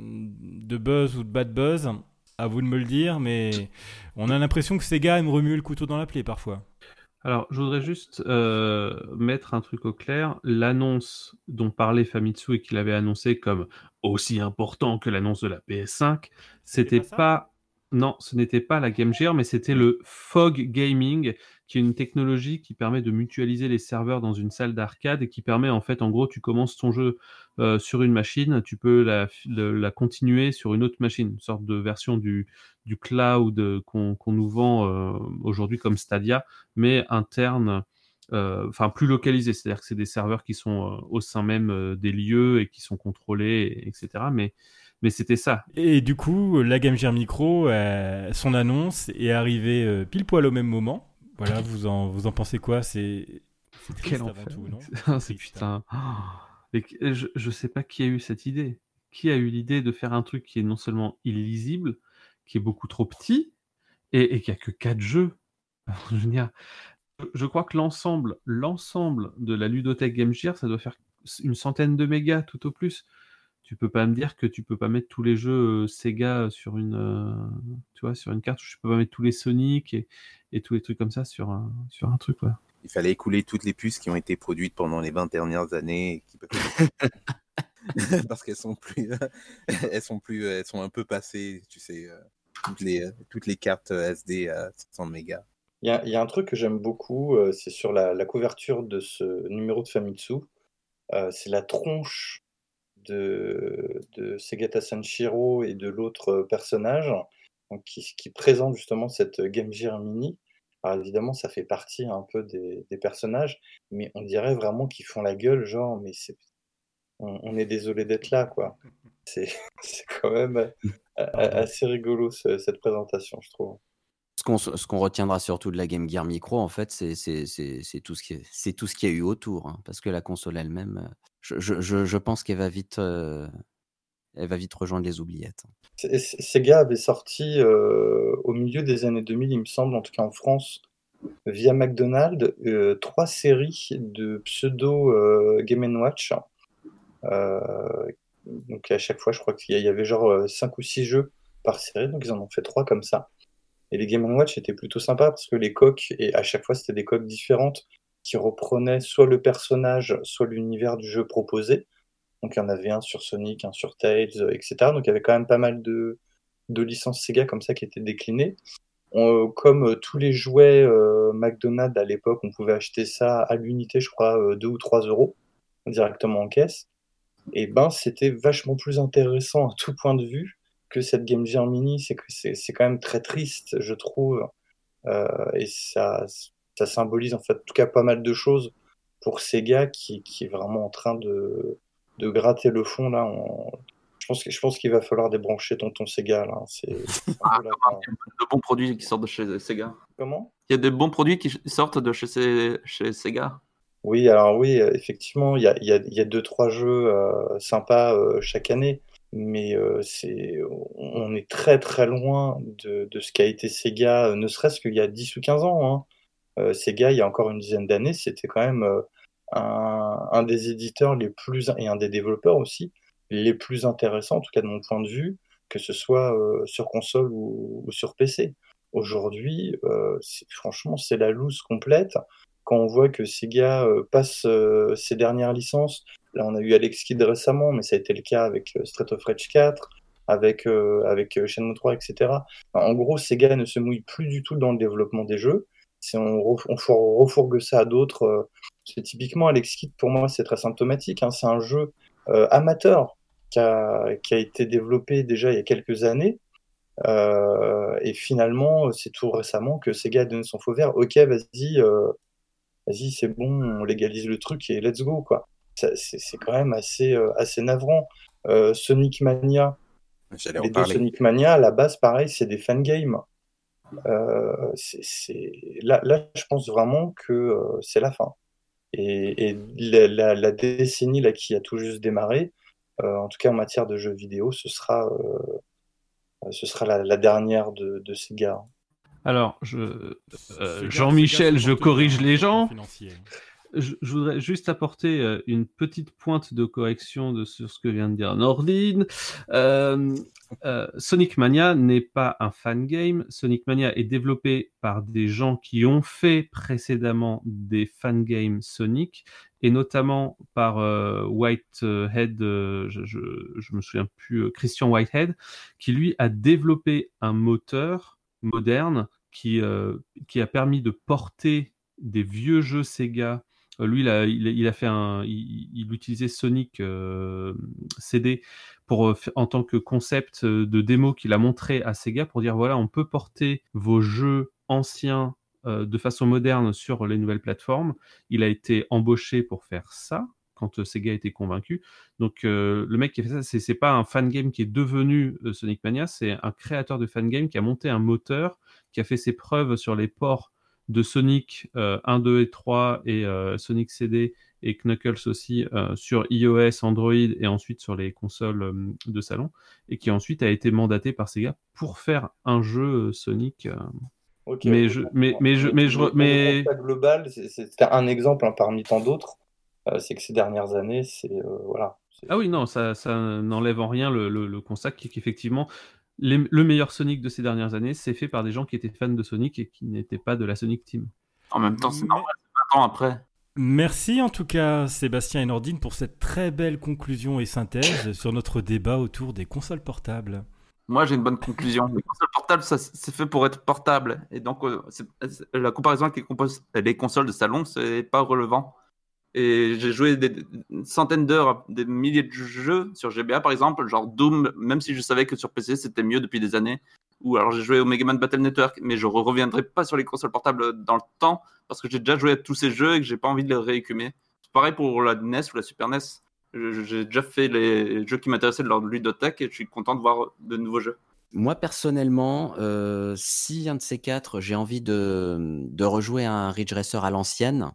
de buzz ou de bad buzz ? À vous de me le dire, mais on a l'impression que Sega aime remuer le couteau dans la plaie parfois. Alors, je voudrais juste euh, mettre un truc au clair. L'annonce dont parlait Famitsu et qu'il avait annoncé comme aussi important que l'annonce de la P S cinq, c'était pas ça pas... Non, ce n'était pas la Game Gear, mais c'était le Fog Gaming, qui est une technologie qui permet de mutualiser les serveurs dans une salle d'arcade et qui permet, en fait, en gros, tu commences ton jeu euh, sur une machine, tu peux la, la, la continuer sur une autre machine, une sorte de version du, du cloud qu'on qu'on nous vend euh, aujourd'hui comme Stadia, mais interne, euh, enfin plus localisé, c'est-à-dire que c'est des serveurs qui sont euh, au sein même euh, des lieux et qui sont contrôlés, et cetera. Mais, mais c'était ça. Et du coup, la Game Gear Micro, euh, son annonce est arrivée euh, pile poil au même moment. Voilà, vous en, vous en pensez quoi? C'est, c'est triste Quel avant enfer. tout, non? Ah, c'est putain. Oh. Et que- je, je sais pas qui a eu cette idée. Qui a eu l'idée de faire un truc qui est non seulement illisible, qui est beaucoup trop petit, et, et qui a que quatre jeux. Je veux dire, je crois que l'ensemble, l'ensemble de la ludothèque Game Gear, ça doit faire une centaine de mégas tout au plus. Tu peux pas me dire que tu peux pas mettre tous les jeux euh, Sega sur une, euh, tu vois, sur une carte. Je peux pas mettre tous les Sonic et, et tous les trucs comme ça sur un, sur un truc, quoi. Il fallait écouler toutes les puces qui ont été produites pendant les vingt dernières années et qui peuvent... parce qu'elles sont plus, elles sont plus, elles sont un peu passées, tu sais, euh, toutes les, euh, toutes les cartes S D à sept cents mégas. Il y a, il y a un truc que j'aime beaucoup, euh, c'est sur la, la couverture de ce numéro de Famitsu. Euh, c'est la tronche de, de Segata Sanshiro et de l'autre personnage donc, qui, qui présente justement cette Game Gear Mini. Alors évidemment, ça fait partie un peu des, des personnages, mais on dirait vraiment qu'ils font la gueule, genre, mais c'est, on, on est désolé d'être là, quoi. C'est, c'est quand même euh, assez rigolo ce- cette présentation, je trouve. Ce qu'on ce qu'on retiendra surtout de la Game Gear Micro, en fait, c'est c'est- c'est- c'est tout ce qui est- c'est tout ce qu'il y a eu autour, hein, parce que la console elle-même, euh, je, je- je- je pense qu'elle va vite, euh, elle va vite rejoindre les oubliettes. C'est- c'est- Sega avait sorti euh, au milieu des années deux mille, il me semble, en tout cas en France, via McDonald's, euh, trois séries de pseudo euh, Game and Watch. Euh, donc à chaque fois, je crois qu'il y a- il y avait genre euh, cinq ou six jeux par série, donc ils en ont fait trois comme ça. Et les Game and Watch étaient plutôt sympas parce que les coques, et à chaque fois c'était des coques différentes qui reprenaient soit le personnage, soit l'univers du jeu proposé. Donc il y en avait un sur Sonic, un sur Tails, euh, et cetera. Donc il y avait quand même pas mal de, de licences Sega comme ça qui étaient déclinées. On- comme euh, tous les jouets euh, McDonald's à l'époque, on pouvait acheter ça à l'unité, je crois, euh, deux ou trois euros directement en caisse. Et ben c'était vachement plus intéressant à tout point de vue que cette Game Gear Mini. C'est que c'est c'est quand même très triste, je trouve. Euh, et ça, ça symbolise en fait, en tout cas, pas mal de choses pour Sega qui, qui est vraiment en train de, de gratter le fond là. en- Je pense que, je pense qu'il va falloir débrancher tonton Sega là. C'est c'est un peu la fin. Il y a de bons produits qui sortent de chez Sega. Comment? Il y a des bons produits qui sortent de chez, ces- chez Sega. Oui, alors oui, euh, effectivement, il y a, il y a, il y a deux, trois jeux euh, sympas euh, chaque année, mais euh, c'est, on est très très loin de, de ce qu'a été Sega, euh, ne serait-ce qu'il y a dix ou quinze ans, hein. Euh, Sega, il y a encore une dizaine d'années, c'était quand même euh, un, un des éditeurs les plus, et un des développeurs aussi, les plus intéressants, en tout cas de mon point de vue, que ce soit euh, sur console ou, ou sur P C. Aujourd'hui, euh, c'est- franchement, c'est la loose complète. Quand on voit que Sega euh, passe euh, ses dernières licences, là on a eu Alex Kidd récemment, mais ça a été le cas avec euh, Street of Rage quatre, avec, euh, avec euh, Shenmue trois, et cetera. Enfin, en gros, Sega ne se mouille plus du tout dans le développement des jeux. C'est, on, ref- on for- refourgue ça à d'autres. euh, c'est typiquement Alex Kidd, pour moi, c'est très symptomatique, hein. C'est un jeu euh, amateur qui a, qui a été développé déjà il y a quelques années. Euh, et finalement, c'est tout récemment que Sega a donné son feu vert. Ok, vas-y, euh, vas-y, c'est bon, on légalise le truc et let's go, quoi. Ça, C'est c'est quand même assez, euh, assez navrant. Euh, Sonic Mania, J'allais en les deux parler. Sonic Mania, à la base, pareil, c'est des fangames. Euh, c'est, c'est... Là, là, je pense vraiment que euh, c'est la fin. Et, et la, la- la décennie là, qui a tout juste démarré, euh, en tout cas en matière de jeux vidéo, ce sera, euh, ce sera la, la dernière de, de Sega. Alors, je, euh, Sega- Jean-Michel, Sega se je porte corrige bien les sur le plan gens. financier. je, je voudrais juste apporter euh, une petite pointe de correction de, sur ce que vient de dire Nordine. Euh, euh, Sonic Mania n'est pas un fan game. Sonic Mania est développé par des gens qui ont fait précédemment des fan games Sonic, et notamment par euh, Whitehead, euh, je, je, je me souviens plus, euh, Christian Whitehead, qui lui a développé un moteur moderne qui, euh, qui a permis de porter des vieux jeux Sega. Euh, lui, il a, il, a, il a fait un, il, il utilisait Sonic euh, C D pour, euh, en tant que concept de démo qu'il a montré à Sega pour dire voilà, on peut porter vos jeux anciens euh, de façon moderne sur les nouvelles plateformes. Il a été embauché pour faire ça quand euh, Sega a été convaincu. Donc euh, le mec qui a fait ça, c'est, c'est pas un fan game qui est devenu euh, Sonic Mania, c'est un créateur de fan game qui a monté un moteur, qui a fait ses preuves sur les ports de Sonic euh, un, deux et trois et euh, Sonic C D et Knuckles aussi euh, sur iOS, Android et ensuite sur les consoles euh, de salon, et qui ensuite a été mandaté par Sega pour faire un jeu euh, Sonic. Euh... Okay, mais, okay, je, bon, mais, bon, mais je, mais je, mais le global, c'est, c'est un exemple hein, parmi tant d'autres. Euh, c'est que ces dernières années, c'est euh, voilà. C'est... Ah oui, non, ça, ça n'enlève en rien le, le, le constat qu'effectivement. Les, le meilleur Sonic de ces dernières années, c'est fait par des gens qui étaient fans de Sonic et qui n'étaient pas de la Sonic Team. En même temps, c'est normal, c'est vingt ans après. Merci en tout cas Sébastien et Nordine pour cette très belle conclusion et synthèse sur notre débat autour des consoles portables. Moi, j'ai une bonne conclusion. Les consoles portables, ça, c'est fait pour être portable. Et donc, euh, c'est, c'est, la comparaison avec les, compos- les consoles de salon, c'est pas relevant. Et j'ai joué des, des centaines d'heures, des milliers de jeux sur G B A par exemple, genre Doom, même si je savais que sur P C c'était mieux depuis des années. Ou alors j'ai joué au Mega Man Battle Network, mais je ne reviendrai pas sur les consoles portables dans le temps parce que j'ai déjà joué à tous ces jeux et que j'ai pas envie de les réécumer. C'est pareil pour la N E S ou la Super N E S. Je, j'ai déjà fait les jeux qui m'intéressaient de leur ludothèque et je suis content de voir de nouveaux jeux. Moi, personnellement, euh, si un de ces quatre, j'ai envie de, de rejouer un Ridge Racer à l'ancienne,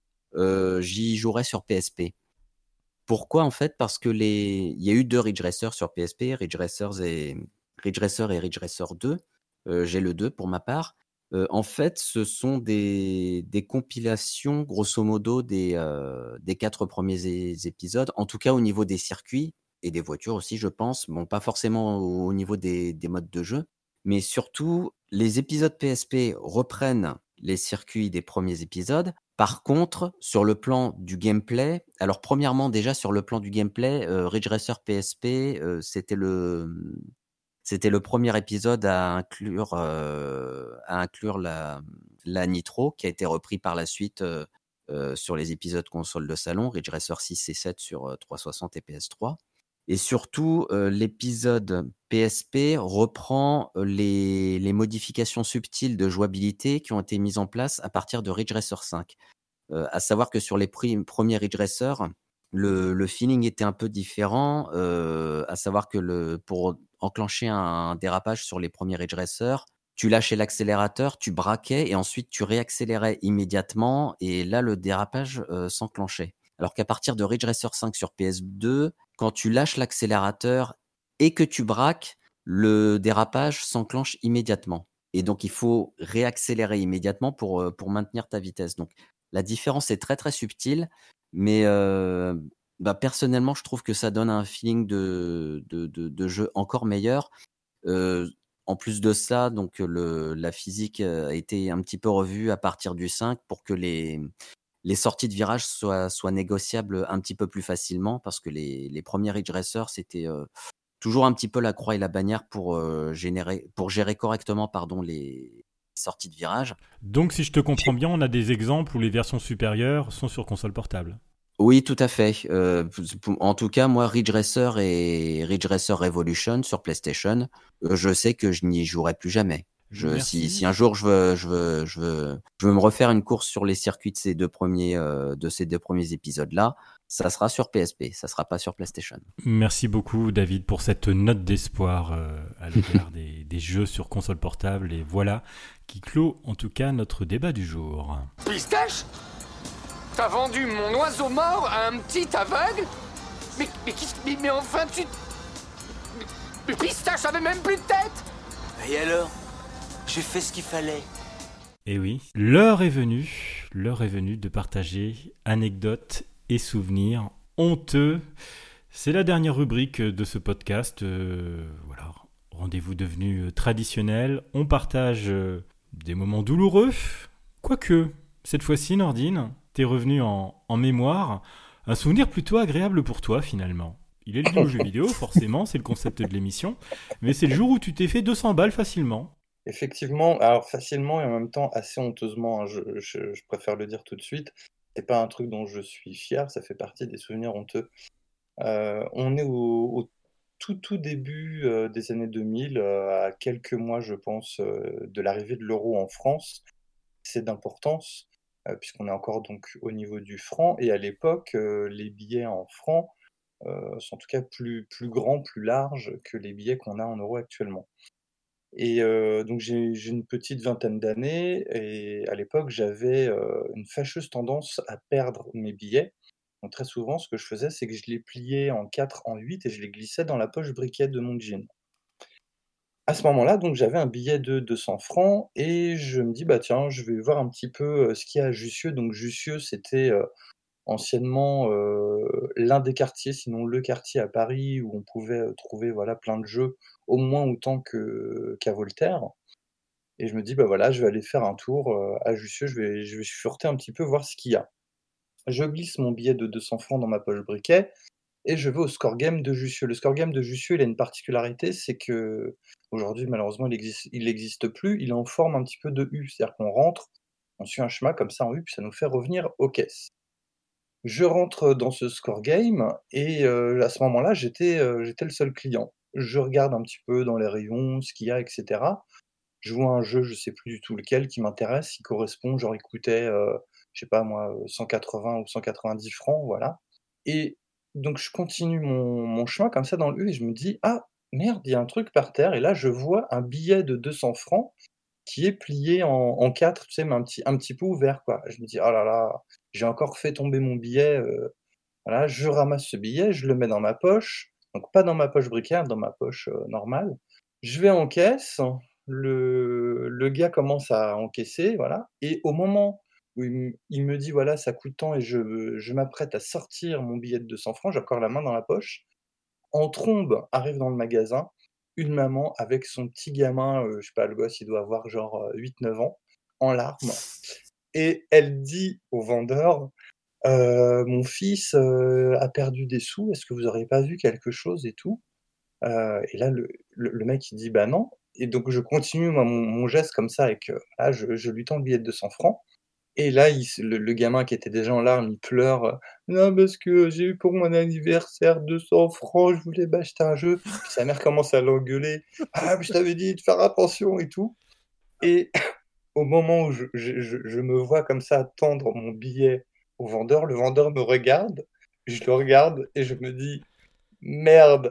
Euh, j'y jouerai sur P S P. Pourquoi en fait? Parce que les, il y a eu deux Ridge Racer sur P S P, Ridge Racers et Ridge Racer et Ridge Racer deux. Euh, j'ai le deux pour ma part. Euh, en fait, ce sont des, des compilations, grosso modo, des, euh, des quatre premiers é- épisodes. En tout cas, au niveau des circuits et des voitures aussi, je pense. Bon, pas forcément au, au niveau des, des modes de jeu, mais surtout, les épisodes P S P reprennent les circuits des premiers épisodes. Par contre, sur le plan du gameplay, alors premièrement déjà sur le plan du gameplay, euh, Ridge Racer P S P, euh, c'était le c'était le premier épisode à inclure euh, à inclure la la Nitro qui a été repris par la suite euh, euh, sur les épisodes console de salon, Ridge Racer six et sept sur euh, trois cent soixante et P S trois. Et surtout, euh, l'épisode P S P reprend euh, les, les modifications subtiles de jouabilité qui ont été mises en place à partir de Ridge Racer cinq. Euh, à savoir que sur les prim- premiers Ridge Racer, le, le feeling était un peu différent. Euh, à savoir que le, pour enclencher un, un dérapage sur les premiers Ridge Racer, tu lâchais l'accélérateur, tu braquais et ensuite tu réaccélérais immédiatement. Et là, le dérapage euh, s'enclenchait. Alors qu'à partir de Ridge Racer cinq sur P S deux, quand tu lâches l'accélérateur et que tu braques, le dérapage s'enclenche immédiatement. Et donc, il faut réaccélérer immédiatement pour, pour maintenir ta vitesse. Donc, la différence est très, très subtile. Mais euh, bah, personnellement, je trouve que ça donne un feeling de, de, de, de jeu encore meilleur. Euh, en plus de ça, donc, le, la physique a été un petit peu revue à partir du cinq pour que les... les sorties de virage soient, soient négociables un petit peu plus facilement parce que les, les premiers Ridge Racer, c'était euh, toujours un petit peu la croix et la bannière pour, euh, générer, pour gérer correctement pardon, les sorties de virage. Donc, si je te comprends bien, on a des exemples où les versions supérieures sont sur console portable. Oui, tout à fait. Euh, en tout cas, moi, Ridge Racer et Ridge Racer Revolution sur PlayStation, euh, je sais que je n'y jouerai plus jamais. Je, si, si un jour je veux, je veux, je veux, je veux me refaire une course sur les circuits de ces deux premiers, euh, de ces deux premiers épisodes-là, ça sera sur P S P, ça sera pas sur PlayStation. Merci beaucoup, David, pour cette note d'espoir euh, à l'égard des, des jeux sur console portable. Et voilà qui clôt en tout cas notre débat du jour. Pistache ? T'as vendu mon oiseau mort à un petit aveugle ? Mais, mais, qui, mais, mais enfin tu... Mais, mais Pistache avait même plus de tête ! Et alors ? J'ai fait ce qu'il fallait. Et oui, l'heure est venue, l'heure est venue de partager anecdotes et souvenirs honteux. C'est la dernière rubrique de ce podcast. Euh, voilà, rendez-vous devenu traditionnel. On partage euh, des moments douloureux. Quoique, cette fois-ci, Nordine, t'es revenu en, en mémoire. Un souvenir plutôt agréable pour toi, finalement. Il est lié aux jeux vidéo, forcément, c'est le concept de l'émission. Mais c'est le jour où tu t'es fait deux cents balles facilement. Effectivement, alors facilement et en même temps assez honteusement, hein, je, je- je préfère le dire tout de suite. C'est pas un truc dont je suis fier, ça fait partie des souvenirs honteux. Euh, on est au, au tout tout début euh, des années deux mille, euh, à quelques mois, je pense, euh, de l'arrivée de l'euro en France. C'est d'importance, euh, puisqu'on est encore donc au niveau du franc, et à l'époque, euh, les billets en francs euh, sont en tout cas plus, plus grands, plus larges que les billets qu'on a en euros actuellement. Et euh, donc j'ai j'ai une petite vingtaine d'années et à l'époque j'avais euh, une fâcheuse tendance à perdre mes billets. Donc très souvent ce que je faisais c'est que je les pliais en quatre, en huit et je les glissais dans la poche briquette de mon jean. À ce moment-là donc j'avais un billet de deux cents francs et je me dis bah tiens je vais voir un petit peu euh, ce qu'il y a à Jussieu. Donc Jussieu c'était euh, anciennement euh, l'un des quartiers, sinon le quartier à Paris où on pouvait euh, trouver voilà plein de jeux au moins autant que qu'à Voltaire. Et je me dis: «Bah, voilà, je vais aller faire un tour, heu, à Jussieu, je vais je vais fureter un petit peu, voir ce qu'il y a». Je glisse mon billet de deux cents francs dans ma poche briquet et je vais au score game de Jussieu. Le score game de Jussieu, il a une particularité, c'est qu'aujourd'hui, malheureusement, il existe il existe plus, il est en forme un petit peu de U. C'est-à-dire qu'on rentre, on suit un chemin comme ça en U, puis ça nous fait revenir aux caisses. Je rentre dans ce score game et heu, à ce moment-là, j'étais, heu, j'étais le seul client. Je regarde un petit peu dans les rayons ce qu'il y a et cetera. Je vois un jeu, je sais plus du tout lequel, qui m'intéresse, il correspond, genre il coûtait, heu, je sais pas moi, heu, cent quatre-vingts ou cent quatre-vingt-dix francs, voilà. Et donc je continue mon mon chemin comme ça dans le U et je me dis: «Ah merde, il y a un truc par terre» et là je vois un billet de deux cents francs qui est plié en en quatre, tu sais, mais un petit un petit peu ouvert, quoi. Je me dis: «Oh là là, j'ai encore fait tomber mon billet», heu, voilà. Je ramasse ce billet, je le mets dans ma poche, donc pas dans ma poche briquet, dans ma poche, heu, normale. Je vais en caisse, le le gars commence à encaisser, voilà, et au moment où il m il me dit: «Voilà, ça coûte tant» et je je m'apprête à sortir mon billet de deux cents francs, j'ai encore la main dans la poche. En trombe, arrive dans le magasin une maman avec son petit gamin, heu, je sais pas, le gosse, il doit avoir genre, heu, huit neuf ans, en larmes et elle dit au vendeur: «Heu, mon fils, heu, a perdu des sous, est-ce que vous auriez pas vu quelque chose et tout?» Heu et là, le le le mec, il dit: «Bah, non» et donc je continue moi mon mon geste comme ça avec, heu, là, je je lui tends le billet de deux cents francs et là, il se le le gamin qui était déjà en larmes, il pleure, heu: «Non, parce que j'ai eu pour mon anniversaire deux cents francs, je voulais m'acheter un jeu». Puis sa mère commence à l'engueuler: «Ah, mais je t'avais dit de faire attention et tout» et au moment où je je je je me vois comme ça tendre mon billet au vendeur, le vendeur me regarde, je le regarde et je me dis: «Merde»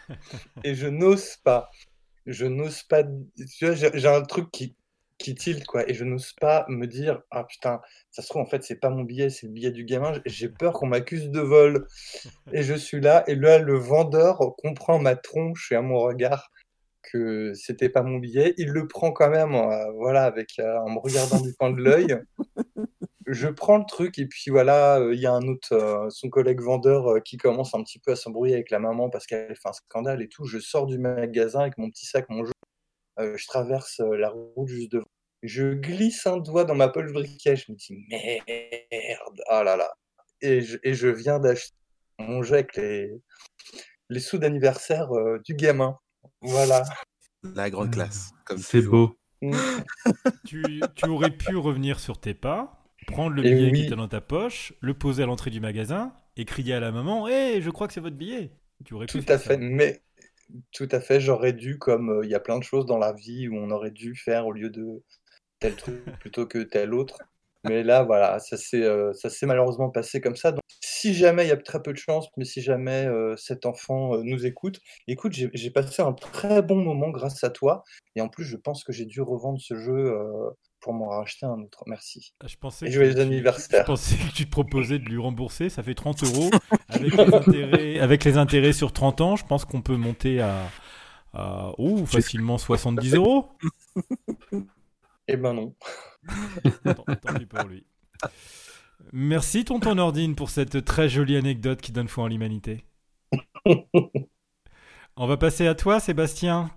et je n'ose pas. Je n'ose pas d tu vois, j'ai j'ai un truc qui qui tilt, quoi et je n'ose pas me dire: «Ah putain, ça se trouve, en fait, c'est pas mon billet, c'est le billet du gamin». J j'ai peur qu'on m'accuse de vol et je suis là et là, le vendeur comprend à ma tronche et à mon regard que c'était pas mon billet. Il le prend quand même, heu, voilà, avec, heu, en me regardant du coin de l'œil. Je prends le truc et puis voilà, heu, il y a un autre, heu, son collègue vendeur, heu, qui commence un petit peu à s'embrouiller avec la maman parce qu'elle fait un scandale et tout. Je sors du magasin avec mon petit sac, mon jeu, heu, je traverse, heu, la route juste devant. Je glisse un doigt dans ma poche briquet, je me dis: «Merde, ah là là» et je et je viens d'acheter mon jeu avec les les sous d'anniversaire, heu, du gamin. Voilà. La grande classe, comme C'est toujours. beau. Mmh Tu, tu aurais pu revenir sur tes pas, prendre le et billet qui oui, était dans ta poche, le poser à l'entrée du magasin et crier à la maman: «Hé, je crois que c'est votre billet!» Tu aurais pu tout faire à ça. fait, mais tout à fait, j'aurais dû comme, heu, il y a plein de choses dans la vie où on aurait dû faire au lieu de tel truc plutôt que tel autre. Mais là, voilà, ça s'est, heu, ça s'est malheureusement passé comme ça. Donc si jamais il y a très peu de chance, mais si jamais, heu, cet enfant, heu, nous écoute, écoute, j'ai j'ai passé un très bon moment grâce à toi et en plus, je pense que j'ai dû revendre ce jeu, heu, pour m'en racheter un autre. Merci Ah, Je pensais et que tu, joyeux tu- tu- je anniversaire. pensais que tu te proposais de lui rembourser, ça fait trente euros. Avec les intérêts, avec les intérêts sur trente ans, je pense qu'on peut monter à, à oh, facilement soixante-dix euros. Eh ben non. Tant, tant pis pour lui. Merci tonton Nordine pour cette très jolie anecdote qui donne foi en l'humanité. On va passer à toi Sébastien,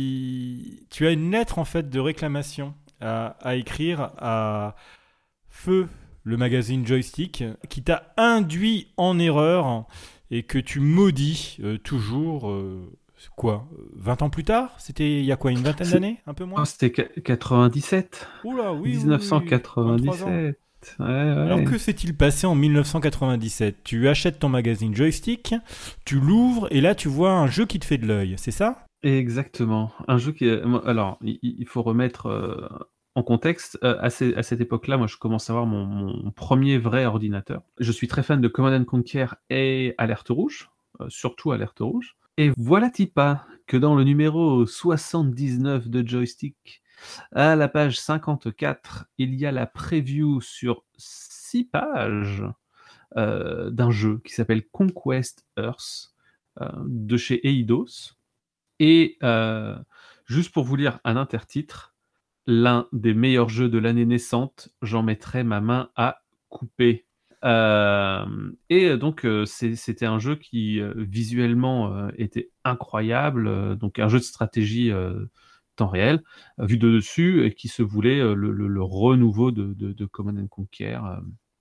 qui tu as une lettre en fait de réclamation à, à écrire à Feu, le magazine Joystick, qui t'a induit en erreur et que tu maudis euh, toujours. Euh, quoi, vingt ans plus tard? C'était il y a quoi, une vingtaine d'années? Un peu moins? Non, c'était quatre-vingt-dix-sept. Oula, oui, dix-neuf cent quatre-vingt-dix-sept. oui, oui, Ouais, ouais. Alors que s'est-il passé en mille neuf cent quatre-vingt-dix-sept? Tu achètes ton magazine Joystick, tu l'ouvres et là tu vois un jeu qui te fait de l'œil, c'est ça? Exactement. Un jeu qui est... Alors, il il faut remettre euh, en contexte. Euh, à, ces- à cette époque-là, moi, je commence à avoir mon, mon premier vrai ordinateur. Je suis très fan de Command and Conquer et Alerte Rouge, euh, surtout Alerte Rouge. Et voilà pas que dans le numéro soixante-dix-neuf de Joystick, à la page cinquante-quatre, il y a la preview sur six pages euh, d'un jeu qui s'appelle Conquest Earth euh, de chez Eidos. Et euh, juste pour vous lire un intertitre, l'un des meilleurs jeux de l'année naissante, j'en mettrai ma main à couper. Euh, et donc euh, c'est- c'était un jeu qui euh, visuellement euh, était incroyable, euh, donc un jeu de stratégie euh, temps réel, euh, vu de dessus, et qui se voulait euh, le, le- le renouveau de, de, de Command and Conquer, euh,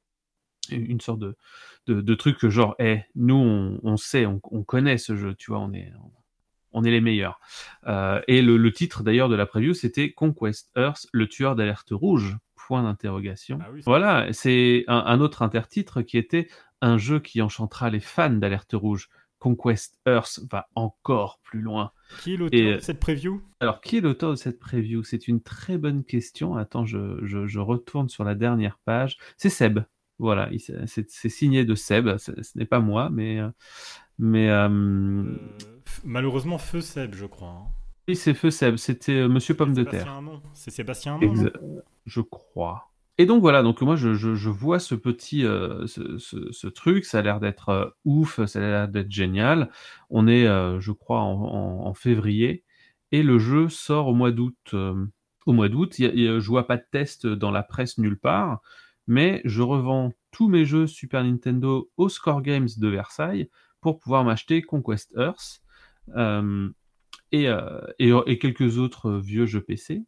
une sorte de, de, de truc que genre, eh, nous on, on sait, on, on connaît ce jeu, tu vois, on est, on est les meilleurs. Euh, et le, le titre d'ailleurs de la preview, c'était Conquest Earth, le tueur d'alerte rouge. Point d'interrogation. Ah oui, c'est- Voilà, c'est un, un autre intertitre qui était un jeu qui enchantera les fans d'alerte rouge. Conquest Earth va encore plus loin. Qui est l'auteur Et, de cette preview? Alors, qui est l'auteur de cette preview? C'est une très bonne question. Attends, je, je, je retourne sur la dernière page. C'est Seb. Voilà, il- c'est c'est signé de Seb. Ce ce n'est pas moi, mais... euh, mais euh, Euh, f- malheureusement Feu Seb, je crois. hein. oui, c'est Feu Seb. C'était euh, Monsieur Pomme de Sébastien Terre. Hamon. C'est Sébastien Hamon, non? Exa- je crois. Et donc voilà, donc moi je, je, je vois ce petit euh, ce, ce, ce truc, ça a l'air d'être euh, ouf, ça a l'air d'être génial. On est, euh, je crois, en, en, en février, et le jeu sort au mois d'août. euh, au mois d'août, il y a- il y a- je vois pas de test dans la presse nulle part, mais je revends tous mes jeux Super Nintendo au Score Games de Versailles pour pouvoir m'acheter Conquest Earth euh, et, euh, et, et quelques autres vieux jeux P C.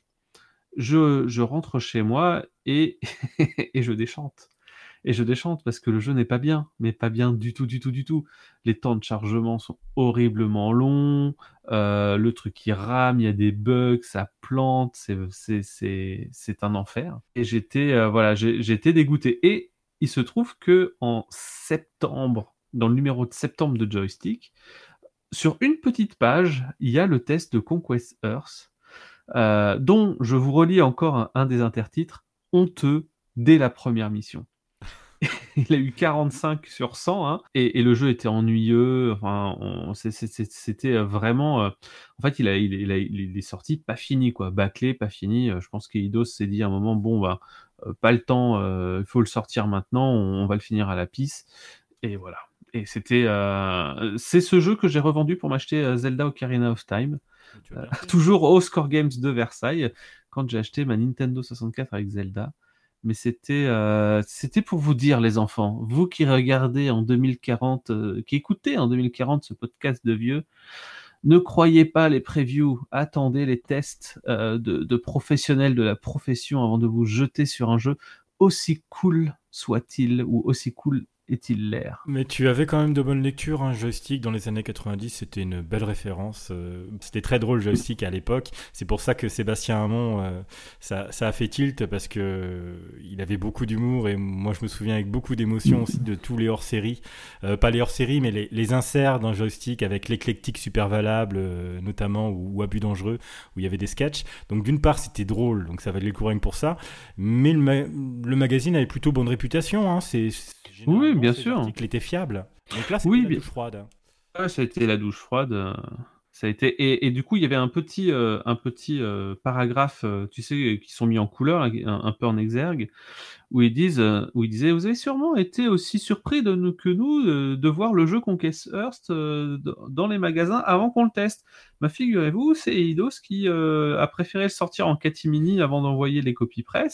Je, je rentre chez moi et, et je déchante. Et je déchante parce que le jeu n'est pas bien, mais pas bien du tout, du tout, du tout. Les temps de chargement sont horriblement longs, euh, le truc qui rame, il y a des bugs, ça plante, c'est, c'est, c'est, c'est un enfer. Et j'étais, euh, voilà, j'ai- j'étais dégoûté. Et il se trouve que en septembre, dans le numéro de septembre de Joystick, sur une petite page, il y a le test de Conquest Earth, euh, dont je vous relis encore un, un des intertitres, honteux dès la première mission. Il a eu quarante-cinq sur cent, hein, et, et le jeu était ennuyeux. Enfin, on- c'est- c'est- c'est- c'était vraiment. euh, en fait, il, a, il, il a- il est sorti pas fini, quoi. Bâclé, pas fini. Euh, Je pense qu'Eidos s'est dit à un moment, bon, bah, euh, pas le temps, euh, il faut le sortir maintenant, on, on va le finir à la pisse. Et voilà. Et c'était. euh, c'est ce jeu que j'ai revendu pour m'acheter euh, Zelda Ocarina of Time. Tu as Euh, bien fait. toujours au Score Games de Versailles, quand j'ai acheté ma Nintendo soixante-quatre avec Zelda. Mais c'était euh, c'était pour vous dire, les enfants, vous qui regardez en deux mille quarante, euh, qui écoutez en deux mille quarante ce podcast de vieux, ne croyez pas les previews, attendez les tests euh, de, de professionnels de la profession avant de vous jeter sur un jeu, aussi cool soit-il, ou aussi cool est-il l'air. Mais tu avais quand même de bonnes lectures, hein. Joystick dans les années quatre-vingt-dix, c'était une belle référence. euh, C'était très drôle Joystick à l'époque. C'est pour ça que Sébastien Hamon, euh, ça, ça a fait tilt parce que euh, il avait beaucoup d'humour et moi je me souviens avec beaucoup d'émotion aussi de tous les hors-séries, Euh, pas les hors-séries mais les, les inserts dans Joystick avec l'éclectique super valable euh, notamment ou, ou abus dangereux où il y avait des sketchs. Donc d'une part c'était drôle, donc ça valait le coup rien que pour ça. Mais le, ma- le magazine avait plutôt bonne réputation, hein. C'est c'est- Oui, généralement, bien ces sûr. articles étaient fiables. Donc là, c'était Oui, la bien- douche froide. Ouais, ça a été la douche froide. euh, Ça a été et, et du coup il y avait un petit euh, un petit euh, paragraphe, euh, tu sais, qui sont mis en couleur, là, un, un peu en exergue, où ils disent euh, où ils disaient, vous avez sûrement été aussi surpris de nous, que nous euh, de voir le jeu Conquest Earth euh, d- dans les magasins avant qu'on le teste. Bah, figurez-vous, c'est Eidos qui euh, a préféré le sortir en catimini avant d'envoyer les copies presse.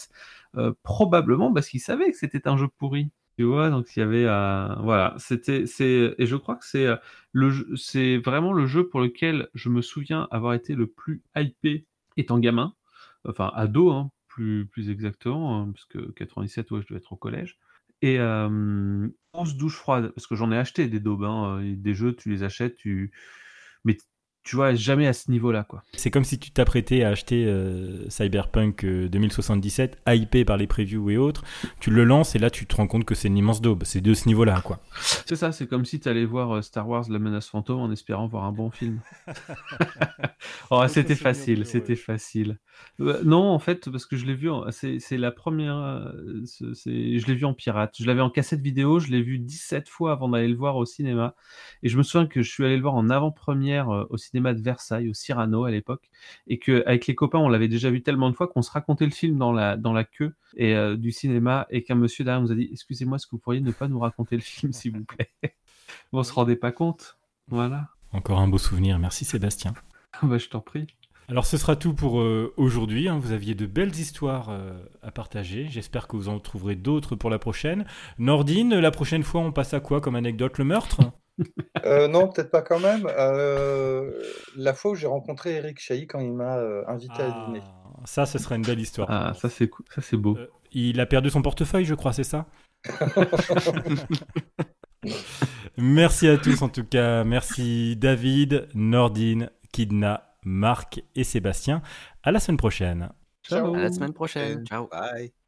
euh, probablement parce qu'il savait que c'était un jeu pourri. Tu vois, donc il y avait, euh, voilà, c'était, c'est, et je crois que c'est euh, le, jeu- c'est vraiment le jeu pour lequel je me souviens avoir été le plus hypé étant gamin, enfin ado, hein, plus, plus exactement, hein, parce que quatre-vingt-dix-sept, ouais, je devais être au collège. Et euh, grosse douche froide, parce que j'en ai acheté des daubes, hein, et des jeux, tu les achètes, tu, mais tu vois, jamais à ce niveau-là, quoi. C'est comme si tu t'apprêtais à acheter euh, Cyberpunk euh, deux mille soixante-dix-sept, hypé par les previews et autres. Tu le lances et là, tu te rends compte que c'est une immense daube. C'est de ce niveau-là, quoi. C'est ça, c'est comme si tu allais voir euh, Star Wars La Menace Fantôme en espérant voir un bon film. Oh, c'était facile, c'était facile. Euh, non, en fait, parce que je l'ai vu, en- c'est, c'est la première. euh, c'est, c'est- je l'ai vu en pirate. Je l'avais en cassette vidéo, je l'ai vu dix-sept fois avant d'aller le voir au cinéma. Et je me souviens que je suis allé le voir en avant-première euh, au cinéma de Versailles, au Cyrano à l'époque. Et qu'avec les copains, on l'avait déjà vu tellement de fois qu'on se racontait le film dans la, dans la queue et, euh, du cinéma. Et qu'un monsieur derrière nous a dit: Excusez-moi, est-ce que vous pourriez ne pas nous raconter le film, s'il vous plaît? On se rendait pas compte. Voilà. Encore un beau souvenir. Merci Sébastien. Bah, je t'en prie. Alors ce sera tout pour euh, aujourd'hui, hein. Vous aviez de belles histoires euh, à partager. J'espère que vous en trouverez d'autres pour la prochaine. Nordine, la prochaine fois, on passe à quoi comme anecdote? Le meurtre? Euh, non, peut-être pas quand même. Euh, la fois où j'ai rencontré Eric Chahi quand il m'a euh, invité à dîner. Ah, ça, ce serait une belle histoire. Ah, ça c'est cool. Ça c'est beau. Euh, il a perdu son portefeuille, je crois, c'est ça? Merci à tous en tout cas. Merci David, Nordine, Kidna, Marc et Sébastien. À la semaine prochaine. À la semaine prochaine. Ciao. Bye.